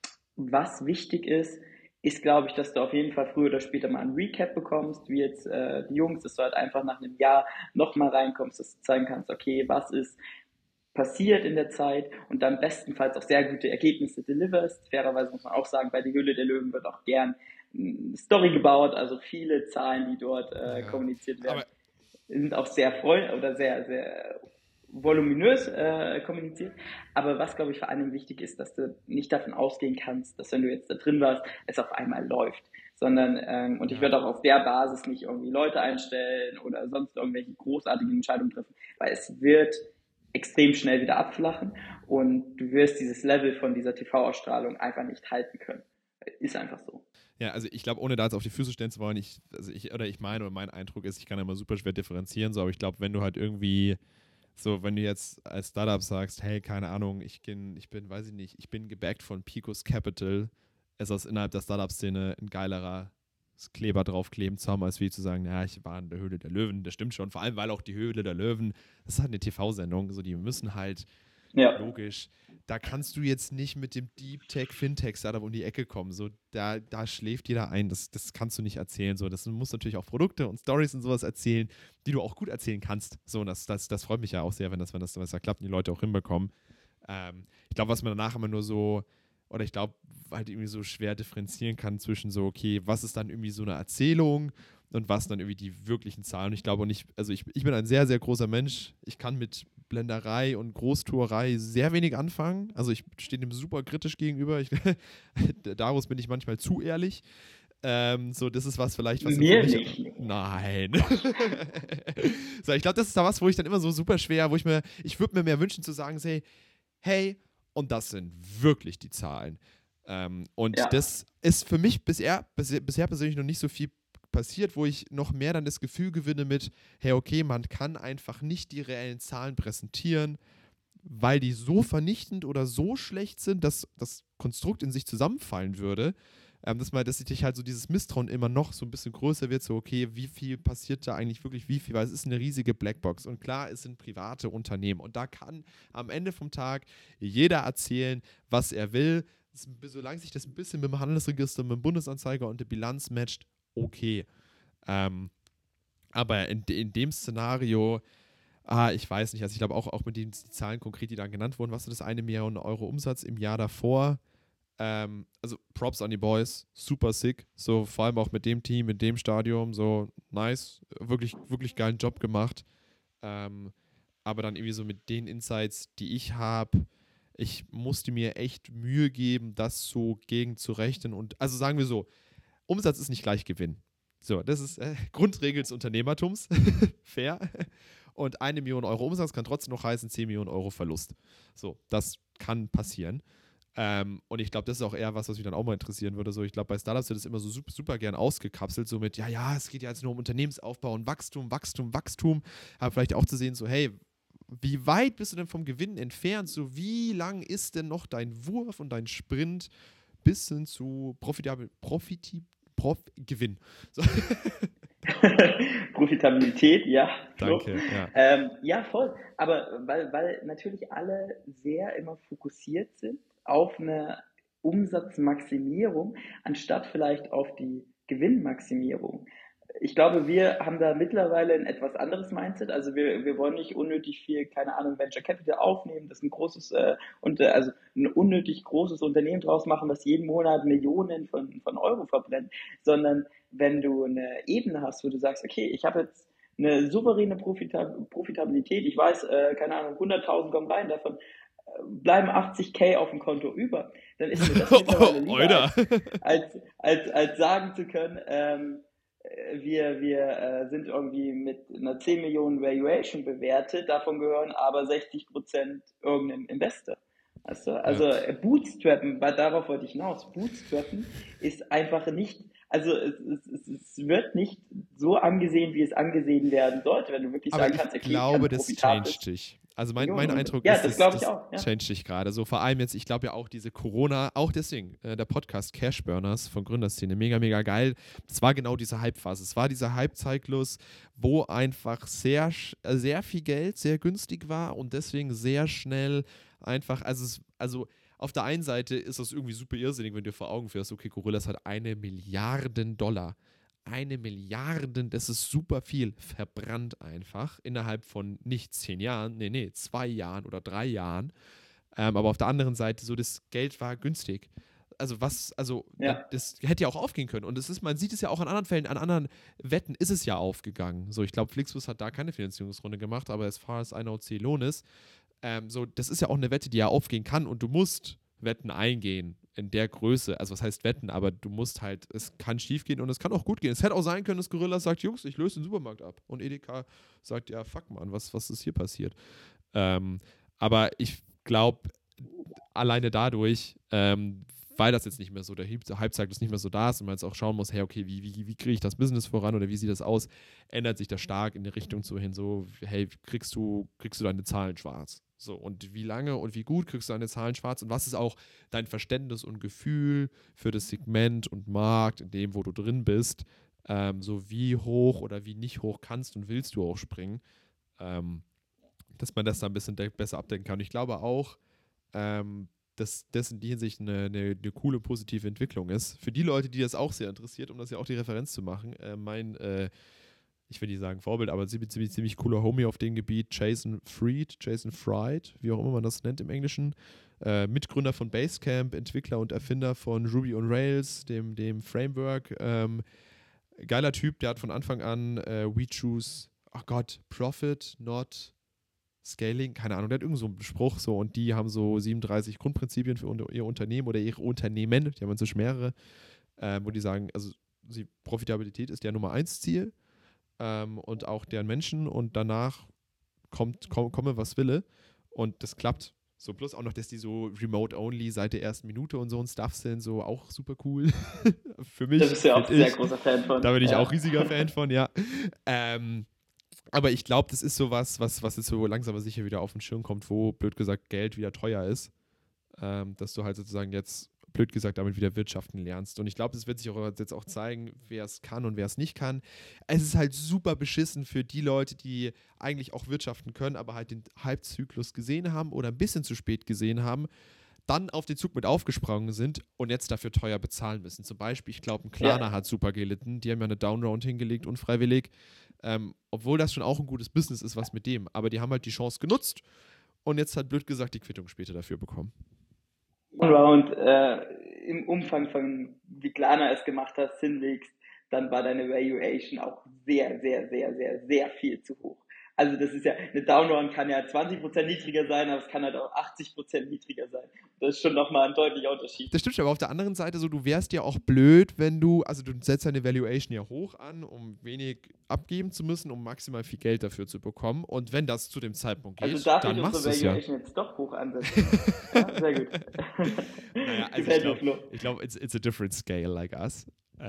Was wichtig ist, glaube ich, dass du auf jeden Fall früher oder später mal ein Recap bekommst, wie jetzt die Jungs, dass du halt einfach nach einem Jahr nochmal reinkommst, dass du zeigen kannst, okay, was ist passiert in der Zeit und dann bestenfalls auch sehr gute Ergebnisse deliverst. Fairerweise muss man auch sagen, bei die Höhle der Löwen wird auch gern eine Story gebaut, also viele Zahlen, die dort kommuniziert werden, sind auch sehr voll oder sehr, sehr voluminös kommuniziert. Aber was, glaube ich, vor allem wichtig ist, dass du nicht davon ausgehen kannst, dass wenn du jetzt da drin warst, es auf einmal läuft. Sondern, und ich werde auch auf der Basis nicht irgendwie Leute einstellen oder sonst irgendwelche großartigen Entscheidungen treffen, weil es wird extrem schnell wieder abflachen und du wirst dieses Level von dieser TV-Ausstrahlung einfach nicht halten können. Ist einfach so. Ja, also ich glaube, ohne da jetzt auf die Füße stellen zu wollen, mein Eindruck ist, ich kann immer super schwer differenzieren, so, aber ich glaube, wenn du halt irgendwie so, wenn du jetzt als Startup sagst, hey, keine Ahnung, ich bin, weiß ich nicht, ich bin gebackt von Picos Capital, ist das innerhalb der Startup-Szene ein geilerer Kleber draufkleben zu haben, als wie zu sagen, ja, ich war in der Höhle der Löwen, das stimmt schon, vor allem, weil auch die Höhle der Löwen, das ist halt eine TV-Sendung, so, die müssen halt, logisch, da kannst du jetzt nicht mit dem Deep Tech, Fintech Startup um die Ecke kommen, so, da schläft jeder ein, das kannst du nicht erzählen, so, das muss natürlich auch Produkte und Stories und sowas erzählen, die du auch gut erzählen kannst, so, und das freut mich ja auch sehr, wenn das da klappt und die Leute auch hinbekommen. Ich glaube, was man danach immer nur so, oder ich glaube, halt irgendwie so schwer differenzieren kann zwischen so, okay, was ist dann irgendwie so eine Erzählung und was dann irgendwie die wirklichen Zahlen. Und ich glaube nicht, also ich bin ein sehr, sehr großer Mensch. Ich kann mit Blenderei und Großtuerei sehr wenig anfangen. Also ich stehe dem super kritisch gegenüber. Daraus bin ich manchmal zu ehrlich. So, das ist was vielleicht, was Mir für nicht. Nein. So, ich glaube, das ist da was, wo ich dann immer so super schwer, ich würde mir mehr wünschen zu sagen, hey, und das sind wirklich die Zahlen. Und das ist für mich bisher persönlich noch nicht so viel passiert, wo ich noch mehr dann das Gefühl gewinne mit, hey, okay, man kann einfach nicht die reellen Zahlen präsentieren, weil die so vernichtend oder so schlecht sind, dass das Konstrukt in sich zusammenfallen würde. Dass sich halt so dieses Misstrauen immer noch so ein bisschen größer wird, so okay, wie viel passiert da eigentlich wirklich, wie viel, weil es ist eine riesige Blackbox und klar, es sind private Unternehmen und da kann am Ende vom Tag jeder erzählen, was er will, solange sich das ein bisschen mit dem Handelsregister, mit dem Bundesanzeiger und der Bilanz matcht, okay. Aber in dem Szenario, ich weiß nicht, also ich glaube auch mit den Zahlen konkret, die da genannt wurden, was ist das, 1 Million Euro Umsatz im Jahr davor, also Props an die Boys, super sick, so vor allem auch mit dem Team, in dem Stadium, so nice, wirklich, wirklich geilen Job gemacht, aber dann irgendwie so mit den Insights, die ich habe, ich musste mir echt Mühe geben, das so gegen zu rechnen und, also sagen wir so, Umsatz ist nicht gleich Gewinn. So, das ist Grundregel des Unternehmertums, fair. Und 1 Million Euro Umsatz kann trotzdem noch heißen 10 Millionen Euro Verlust. So, das kann passieren. Und ich glaube, das ist auch eher was mich dann auch mal interessieren würde. So, ich glaube, bei Startups wird das immer so super, super gern ausgekapselt, so mit, ja, es geht ja jetzt nur um Unternehmensaufbau und Wachstum. Aber vielleicht auch zu sehen, so, hey, wie weit bist du denn vom Gewinn entfernt? So, wie lang ist denn noch dein Wurf und dein Sprint bis hin zu Gewinn? So. Profitabilität, ja. Danke, ja. Ja, voll. Aber weil natürlich alle sehr immer fokussiert sind auf eine Umsatzmaximierung, anstatt vielleicht auf die Gewinnmaximierung. Ich glaube, wir haben da mittlerweile ein etwas anderes Mindset. Also wir wollen nicht unnötig viel, keine Ahnung, Venture Capital aufnehmen, das ein großes also ein unnötig großes Unternehmen draus machen, was jeden Monat Millionen von Euro verbrennt, sondern wenn du eine Ebene hast, wo du sagst, okay, ich habe jetzt eine souveräne Profitabilität, ich weiß, keine Ahnung, 100.000 kommen rein, davon bleiben 80k auf dem Konto über, dann ist mir das mittlerweile lieber, Oida. als sagen zu können, wir sind irgendwie mit einer 10 Millionen Valuation bewertet, davon gehören aber 60% irgendeinem Investor. Weißt du? Also Ja. Bootstrappen, darauf wollte ich hinaus, Bootstrappen ist einfach nicht, also es wird nicht so angesehen, wie es angesehen werden sollte, wenn du wirklich Aber sagen ich kannst, okay, ich glaube, kann das profitabel changed dich. Also mein Millionen Eindruck ja, ist, das dass glaube ich das auch, ja. changed dich gerade. So vor allem jetzt, ich glaube ja auch diese Corona, auch deswegen, der Podcast Cash Burners von Gründerszene, mega, mega geil. Das war genau diese Hype-Phase. Es war dieser Hype-Zyklus, wo einfach sehr viel Geld sehr günstig war und deswegen sehr schnell einfach, also auf der einen Seite ist das irgendwie super irrsinnig, wenn du dir vor Augen führst, okay, Gorillas hat 1 Milliarde Dollar. 1 Milliarde, das ist super viel, verbrannt einfach innerhalb von nicht 10 Jahren, nee, 2 Jahren oder 3 Jahren. Aber auf der anderen Seite, so das Geld war günstig. Ja, Das hätte ja auch aufgehen können. Und es ist, man sieht es ja auch an anderen Fällen, an anderen Wetten ist es ja aufgegangen. So, ich glaube, Flixbus hat da keine Finanzierungsrunde gemacht, aber as far as I know, Celonis, so, das ist ja auch eine Wette, die ja aufgehen kann und du musst Wetten eingehen in der Größe. Also was heißt Wetten, aber du musst halt, es kann schief gehen und es kann auch gut gehen. Es hätte auch sein können, dass Gorillas sagt, Jungs, ich löse den Supermarkt ab. Und Edeka sagt, ja, fuck man, was ist hier passiert? Ähm, aber ich glaube, alleine dadurch, weil das jetzt nicht mehr so, der Hype-Cycle nicht mehr so da ist und man jetzt auch schauen muss, hey, okay, wie kriege ich das Business voran oder wie sieht das aus, ändert sich das stark in die Richtung so hin, so, hey, kriegst du deine Zahlen schwarz? So, und wie lange und wie gut kriegst du deine Zahlen schwarz und was ist auch dein Verständnis und Gefühl für das Segment und Markt, in dem, wo du drin bist, so wie hoch oder wie nicht hoch kannst und willst du auch springen, dass man das da ein bisschen besser abdecken kann. Und ich glaube auch, dass das in die Hinsicht eine coole, positive Entwicklung ist. Für die Leute, die das auch sehr interessiert, um das ja auch die Referenz zu machen, ich will nicht sagen Vorbild, aber ziemlich cooler Homie auf dem Gebiet, Jason Fried, wie auch immer man das nennt im Englischen, Mitgründer von Basecamp, Entwickler und Erfinder von Ruby on Rails, dem Framework. Geiler Typ, der hat von Anfang an We Choose, oh Gott, Profit, not Scaling, keine Ahnung, der hat irgend so einen Spruch so und die haben so 37 Grundprinzipien für ihr Unternehmen oder ihre Unternehmen, die haben inzwischen mehrere, wo die sagen, also Profitabilität ist der Nummer 1 Ziel und auch deren Menschen und danach komme, was wille und das klappt. So, plus auch noch, dass die so remote-only seit der ersten Minute und so ein Stuff sind, so auch super cool. Für mich, da bist du ja auch ein sehr großer Fan von. da bin ich auch Ja. riesiger Fan von, ja. Aber ich glaube, das ist so was jetzt so langsam aber sicher wieder auf den Schirm kommt, wo, blöd gesagt, Geld wieder teuer ist. Dass du halt sozusagen jetzt, blöd gesagt, damit wieder wirtschaften lernst. Und ich glaube, das wird sich auch jetzt auch zeigen, wer es kann und wer es nicht kann. Es ist halt super beschissen für die Leute, die eigentlich auch wirtschaften können, aber halt den Halbzyklus gesehen haben oder ein bisschen zu spät gesehen haben, dann auf den Zug mit aufgesprungen sind und jetzt dafür teuer bezahlen müssen. Zum Beispiel, ich glaube, ein Klarna Ja. hat super gelitten. Die haben ja eine Downround hingelegt, unfreiwillig. Obwohl das schon auch ein gutes Business ist, was mit dem. Aber die haben halt die Chance genutzt und jetzt hat blöd gesagt die Quittung später dafür bekommen. Round im Umfang von, wie Klarna es gemacht hast, hinlegst, dann war deine Valuation auch sehr, sehr, sehr, sehr, sehr viel zu hoch. Also das ist ja, eine Downround kann ja 20% niedriger sein, aber es kann halt auch 80% niedriger sein. Das ist schon nochmal ein deutlicher Unterschied. Das stimmt schon, aber auf der anderen Seite so, du wärst ja auch blöd, wenn also du setzt deine Valuation ja hoch an, um wenig abgeben zu müssen, um maximal viel Geld dafür zu bekommen. Und wenn das zu dem Zeitpunkt geht, Also darf dann ich machst unsere du es ja. Valuation jetzt doch hoch ansetzen? Ja, sehr gut. Naja, also Gefällt mir, Flo. ich glaube, it's a different scale like us.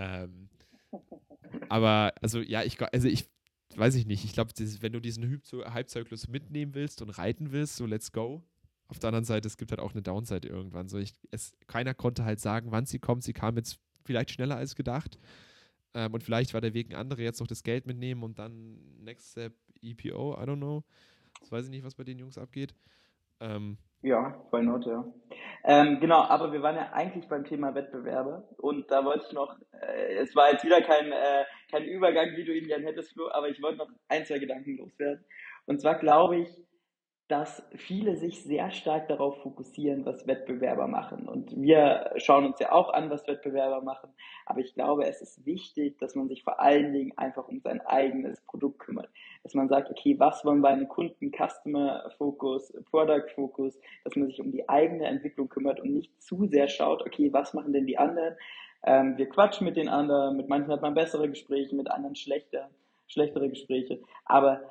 Aber, also ja, ich weiß ich nicht. Ich glaube, wenn du diesen Hype-Zyklus mitnehmen willst und reiten willst, so let's go. Auf der anderen Seite, es gibt halt auch eine Downside irgendwann. So keiner konnte halt sagen, wann sie kommt. Sie kam jetzt vielleicht schneller als gedacht. Und vielleicht war der Weg ein anderer, jetzt noch das Geld mitnehmen und dann Next Step EPO, I don't know. Das weiß ich nicht, was bei den Jungs abgeht. Ja, why not, ja. Genau, aber wir waren ja eigentlich beim Thema Wettbewerbe und da wollte ich noch, es war jetzt wieder kein Übergang, wie du ihn gern hättest, Flo, aber ich wollte noch ein, zwei Gedanken loswerden. Und zwar glaube ich, dass viele sich sehr stark darauf fokussieren, was Wettbewerber machen. Und wir schauen uns ja auch an, was Wettbewerber machen. Aber ich glaube, es ist wichtig, dass man sich vor allen Dingen einfach um sein eigenes Produkt kümmert. Dass man sagt, okay, was wollen meine Kunden, Customer Focus, Product Focus, dass man sich um die eigene Entwicklung kümmert und nicht zu sehr schaut, okay, was machen denn die anderen? Wir quatschen mit den anderen, mit manchen hat man bessere Gespräche, mit anderen schlechtere Gespräche. Aber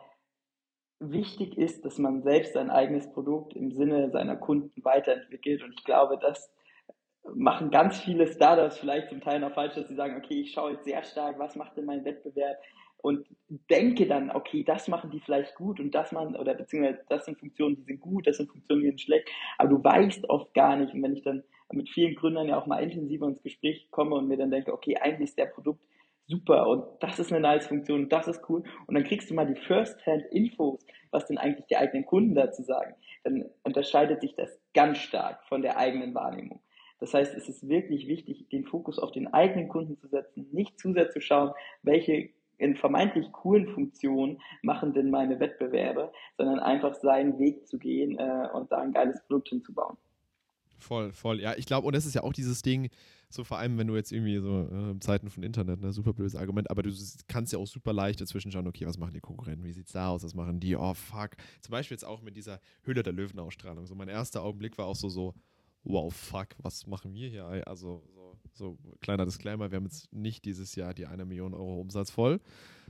wichtig ist, dass man selbst sein eigenes Produkt im Sinne seiner Kunden weiterentwickelt. Und ich glaube, das machen ganz viele Startups vielleicht zum Teil noch falsch, dass sie sagen, okay, ich schaue jetzt sehr stark, was macht denn mein Wettbewerb und denke dann, okay, das machen die vielleicht gut und das machen, oder beziehungsweise das sind Funktionen, die sind gut, das sind Funktionen, die sind schlecht, aber du weißt oft gar nicht. Und wenn ich dann mit vielen Gründern ja auch mal intensiver ins Gespräch komme und mir dann denke, okay, eigentlich ist der Produkt super und das ist eine nice Funktion und das ist cool und dann kriegst du mal die First-Hand-Infos, was denn eigentlich die eigenen Kunden dazu sagen, dann unterscheidet sich das ganz stark von der eigenen Wahrnehmung. Das heißt, es ist wirklich wichtig, den Fokus auf den eigenen Kunden zu setzen, nicht zu sehr zu schauen, welche in vermeintlich coolen Funktionen machen denn meine Wettbewerber, sondern einfach seinen Weg zu gehen und da ein geiles Produkt hinzubauen. Voll, voll. Ja, ich glaube, und das ist ja auch dieses Ding, so vor allem, wenn du jetzt irgendwie so Zeiten von Internet, ne, super blödes Argument, aber du kannst ja auch super leicht dazwischen schauen, okay, was machen die Konkurrenten, wie sieht's da aus, was machen die, oh fuck. Zum Beispiel jetzt auch mit dieser Höhle der Löwen-Ausstrahlung. So mein erster Augenblick war auch so, wow, fuck, was machen wir hier? Also so kleiner Disclaimer, wir haben jetzt nicht dieses Jahr die 1 Million Euro Umsatz voll.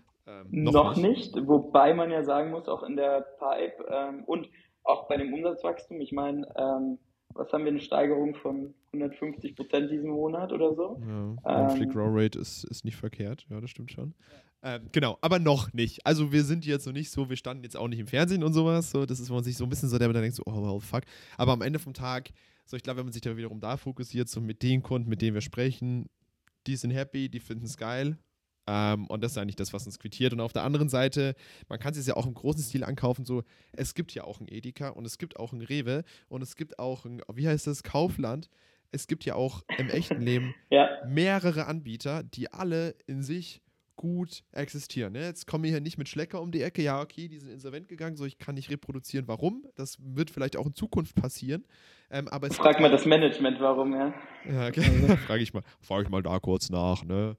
Noch nicht, wobei man ja sagen muss, auch in der Pipe und auch bei dem Umsatzwachstum, ich meine, was haben wir, eine Steigerung von 150% diesen Monat oder so? Ja, Monthly Grow Rate ist nicht verkehrt, ja, das stimmt schon. Genau, aber noch nicht. Also wir sind jetzt noch nicht so, wir standen jetzt auch nicht im Fernsehen und sowas, so, das ist, wo man sich so ein bisschen so, der dann denkt so, oh well, fuck. Aber am Ende vom Tag, so ich glaube, wenn man sich da wiederum da fokussiert, so mit den Kunden, mit denen wir sprechen, die sind happy, die finden es geil. Und das ist eigentlich das, was uns quittiert. Und auf der anderen Seite, man kann es ja auch im großen Stil ankaufen, so, es gibt ja auch ein Edeka und es gibt auch ein Rewe und es gibt auch ein, wie heißt das, Kaufland. Es gibt ja auch im echten Leben Ja, mehrere Anbieter, die alle in sich gut existieren. Ne? Jetzt kommen wir hier nicht mit Schlecker um die Ecke, ja, okay, die sind insolvent gegangen, so, ich kann nicht reproduzieren, warum. Das wird vielleicht auch in Zukunft passieren. Aber es frag mal das Management, warum, ja. ja, okay. Frage ich mal da kurz nach, ne?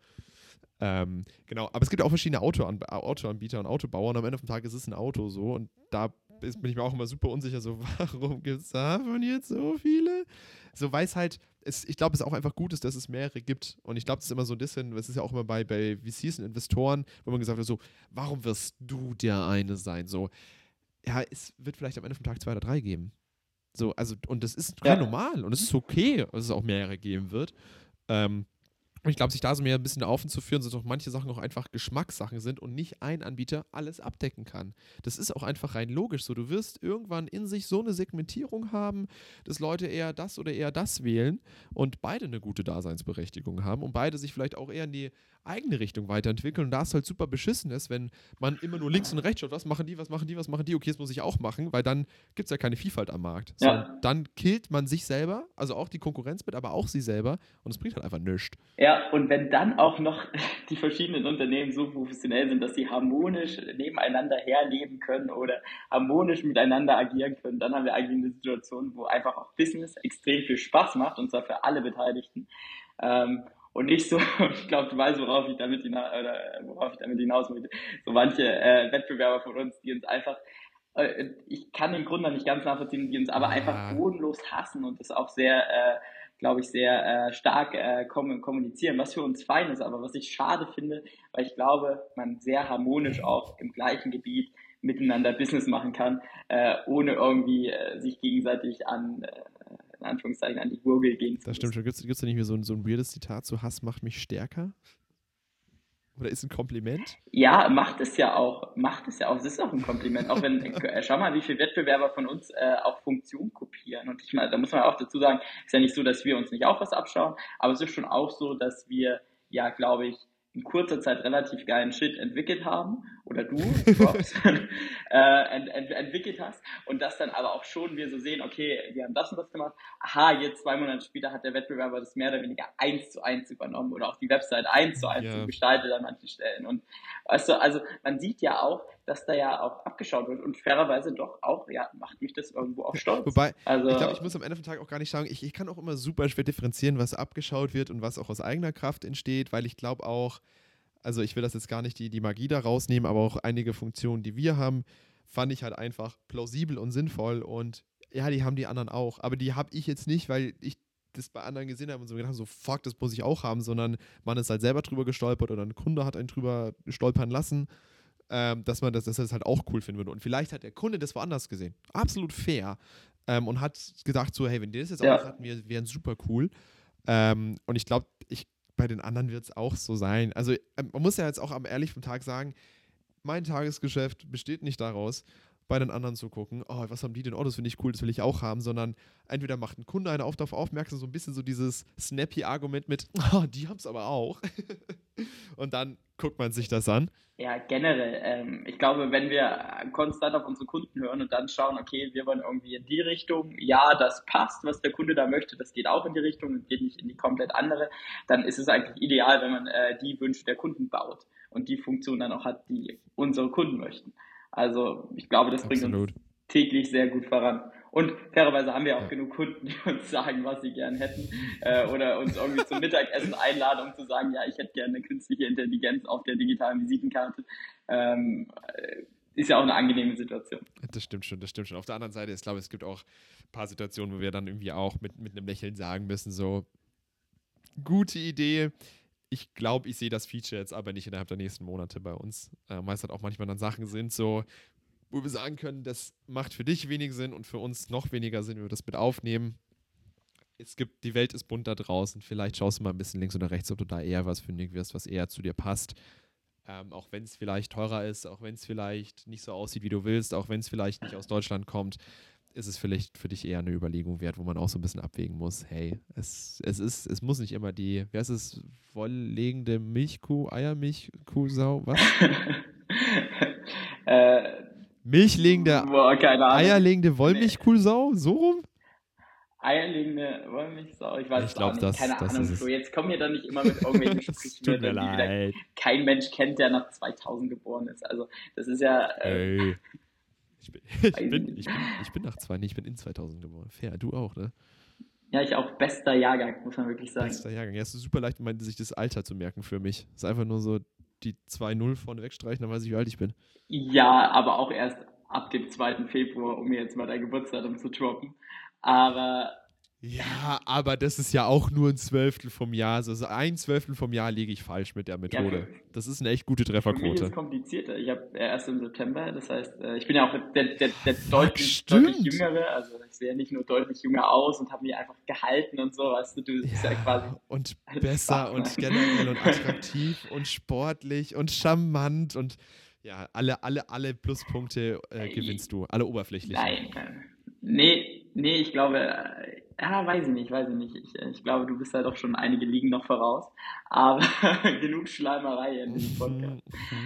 Genau, aber es gibt auch verschiedene Autoanbieter und Autobauer und am Ende vom Tag ist es ein Auto so und da bin ich mir auch immer super unsicher, so warum gibt es davon jetzt so viele? So weil es halt, ich glaube, es auch einfach gut ist, dass es mehrere gibt und ich glaube, das ist immer so ein bisschen, das ist ja auch immer bei VCs und Investoren, wo man gesagt hat, so, warum wirst du der eine sein? So, ja, es wird vielleicht am Ende vom Tag 2 oder 3 geben. So, also, und das ist total normal und es ist okay, dass es auch mehrere geben wird. Und ich glaube, sich da so mehr ein bisschen aufzuführen, dass auch manche Sachen auch einfach Geschmackssachen sind und nicht ein Anbieter alles abdecken kann. Das ist auch einfach rein logisch so. Du wirst irgendwann in sich so eine Segmentierung haben, dass Leute eher das oder eher das wählen und beide eine gute Daseinsberechtigung haben und beide sich vielleicht auch eher in die eigene Richtung weiterentwickeln. Und da es halt super beschissen ist, wenn man immer nur links und rechts schaut, was machen die, okay, das muss ich auch machen, weil dann gibt es ja keine Vielfalt am Markt. Ja. Dann killt man sich selber, also auch die Konkurrenz mit, aber auch sie selber und es bringt halt einfach nichts. Ja, und wenn dann auch noch die verschiedenen Unternehmen so professionell sind, dass sie harmonisch nebeneinander herleben können oder harmonisch miteinander agieren können, dann haben wir eigentlich eine Situation, wo einfach auch Business extrem viel Spaß macht und zwar für alle Beteiligten. Und nicht so, ich glaube, du weißt, worauf ich damit hinaus möchte, so manche Wettbewerber von uns, die uns einfach, ich kann den Grund noch nicht ganz nachvollziehen, die uns aber einfach bodenlos hassen und das auch sehr, glaube ich, sehr stark kommunizieren, was für uns fein ist, aber was ich schade finde, weil ich glaube, man sehr harmonisch auch im gleichen Gebiet miteinander Business machen kann, ohne irgendwie sich gegenseitig in Anführungszeichen an die Gurgel gehen zu Das stimmt schon. Gibt es da nicht mehr so ein weirdes Zitat, so Hass macht mich stärker? Oder ist ein Kompliment? Ja, macht es ja auch. Es ist auch ein Kompliment. Auch wenn, schau mal, wie viele Wettbewerber von uns auch Funktion kopieren. Und ich meine, da muss man auch dazu sagen, ist ja nicht so, dass wir uns nicht auch was abschauen, aber es ist schon auch so, dass wir, ja, glaube ich, in kurzer Zeit relativ geilen Shit entwickelt haben oder du, entwickelt hast und das dann aber auch schon wir so sehen, okay, wir haben das und das gemacht, aha, jetzt 2 Monate später hat der Wettbewerber das mehr oder weniger 1:1 übernommen oder auch die Website 1:1 so gestaltet an manchen Stellen und weißt du, also man sieht ja auch, dass da ja auch abgeschaut wird und fairerweise doch auch, ja, macht mich das irgendwo auch stolz. Wobei, also, ich glaube, ich muss am Ende vom Tag auch gar nicht sagen, ich kann auch immer super schwer differenzieren, was abgeschaut wird und was auch aus eigener Kraft entsteht, weil ich glaube auch, also ich will das jetzt gar nicht die Magie da rausnehmen, aber auch einige Funktionen, die wir haben, fand ich halt einfach plausibel und sinnvoll und ja, die haben die anderen auch, aber die habe ich jetzt nicht, weil ich das bei anderen gesehen habe und so gedacht, so fuck, das muss ich auch haben, sondern man ist halt selber drüber gestolpert oder ein Kunde hat einen drüber stolpern lassen, dass man das halt auch cool finden würde und vielleicht hat der Kunde das woanders gesehen, absolut fair und hat gedacht so, hey, wenn die das jetzt auch hatten, wären super cool und ich glaube, bei den anderen wird es auch so sein. Also man muss ja jetzt auch am ehrlichen Tag sagen, mein Tagesgeschäft besteht nicht daraus, bei den anderen zu gucken, oh, was haben die denn? Oh, das finde ich cool, das will ich auch haben, sondern entweder macht ein Kunde einen darauf aufmerksam, so ein bisschen so dieses Snappy-Argument mit, oh, die haben es aber auch. Und dann guckt man sich das an. Ja, generell. Ich glaube, wenn wir konstant auf unsere Kunden hören und dann schauen, okay, wir wollen irgendwie in die Richtung, ja, das passt, was der Kunde da möchte, das geht auch in die Richtung und geht nicht in die komplett andere, dann ist es eigentlich ideal, wenn man die Wünsche der Kunden baut und die Funktion dann auch hat, die unsere Kunden möchten. Also ich glaube, das bringt uns täglich sehr gut voran. Und fairerweise haben wir auch genug Kunden, die uns sagen, was sie gern hätten oder uns irgendwie zum Mittagessen einladen, um zu sagen, ja, ich hätte gerne eine künstliche Intelligenz auf der digitalen Visitenkarte. Ist ja auch eine angenehme Situation. Das stimmt schon, das stimmt schon. Auf der anderen Seite, ich glaube, es gibt auch ein paar Situationen, wo wir dann irgendwie auch mit einem Lächeln sagen müssen, so, gute Idee. Ich glaube, ich sehe das Feature jetzt aber nicht innerhalb der nächsten Monate bei uns. Weil es halt auch manchmal dann Sachen sind, so, wo wir sagen können, das macht für dich wenig Sinn und für uns noch weniger Sinn, wenn wir das mit aufnehmen. Die Welt ist bunt da draußen. Vielleicht schaust du mal ein bisschen links oder rechts, ob du da eher was fündig wirst, was eher zu dir passt. Auch wenn es vielleicht teurer ist, auch wenn es vielleicht nicht so aussieht, wie du willst, auch wenn es vielleicht nicht aus Deutschland kommt, ist es vielleicht für dich eher eine Überlegung wert, wo man auch so ein bisschen abwägen muss. Hey, es muss nicht immer wie heißt es, wolllegende Milchkuh, Eiermilchkuh-Sau, was? Milchlegende, eierlegende Wollmilchkuhsau? So rum? Eierlegende Wollmilchsau? Ich weiß es auch nicht. Keine Ahnung, Flo. Jetzt kommen wir da nicht immer mit irgendwelchen Sprichwörtern, die wieder kein Mensch kennt, der nach 2000 geboren ist. Also das ist ja... Ich bin nach ich bin in 2000 geboren. Fair, du auch, ne? Ja, ich auch. Bester Jahrgang, muss man wirklich sagen. Bester Jahrgang. Ja, es ist super leicht, sich das Alter zu merken für mich. Es ist einfach nur so die 2-0 vorne wegstreichen, dann weiß ich, wie alt ich bin. Ja, aber auch erst ab dem 2. Februar, um mir jetzt mal dein Geburtsdatum zu droppen. Aber... Ja, aber das ist ja auch nur ein Zwölftel vom Jahr. Also ein Zwölftel vom Jahr liege ich falsch mit der Methode. Ja, das ist eine echt gute Trefferquote. Für mich ist es komplizierter. Ich habe erst im September, das heißt, ich bin ja auch der deutlich Jüngere. Also ich sehe ja nicht nur deutlich jünger aus und habe mich einfach gehalten und so, weißt du, bist ja quasi... Und besser und generell und attraktiv und sportlich und charmant und ja, alle Pluspunkte gewinnst du, alle oberflächlichen. Nee, ich glaube, weiß ich nicht. Ich glaube, du bist da doch schon einige Ligen noch voraus. Aber genug Schleimerei in diesem Podcast.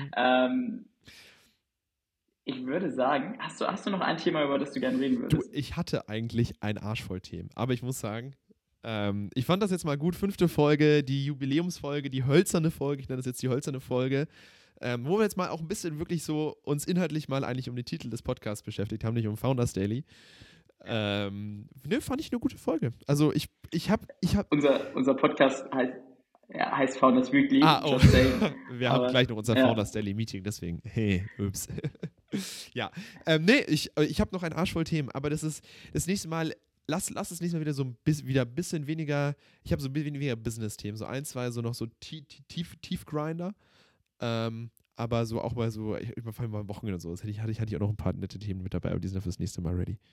Ich würde sagen, hast du noch ein Thema, über das du gerne reden würdest? Du, ich hatte eigentlich ein Arsch voll Themen. Aber ich muss sagen, ich fand das jetzt mal gut. 5. Folge, die Jubiläumsfolge, die hölzerne Folge. Ich nenne das jetzt die hölzerne Folge. Wo wir jetzt mal auch ein bisschen wirklich so uns inhaltlich mal eigentlich um den Titel des Podcasts beschäftigt haben, nicht um Founders Daily. Fand ich eine gute Folge. Also ich habe Unser Podcast heißt Founders Weekly. Wir haben gleich noch unser Founders Daily Meeting, deswegen. Hey, ups. Ja. Ich habe noch ein Arsch voll Themen, aber das ist das nächste Mal. Lass es nächstes Mal wieder so ein bisschen weniger. Ich habe so ein bisschen weniger Business-Themen. So 1, 2, so noch so Tiefgrinder. Aber so auch mal so, ich überfallen mal am Wochenende und so. Das hatte ich auch noch ein paar nette Themen mit dabei, aber die sind fürs nächste Mal ready.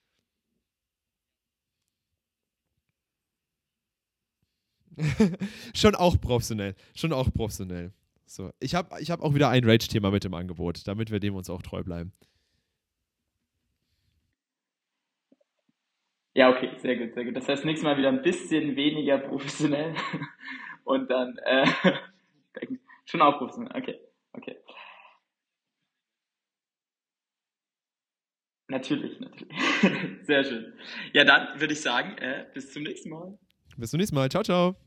Schon auch professionell. So, ich hab auch wieder ein Rage-Thema mit im Angebot, damit wir dem uns auch treu bleiben. Ja, okay, sehr gut. Das heißt, nächstes Mal wieder ein bisschen weniger professionell und dann schon auch professionell. Okay. Natürlich, natürlich. Sehr schön. Ja, dann würde ich sagen, bis zum nächsten Mal. Bis zum nächsten Mal. Ciao, ciao.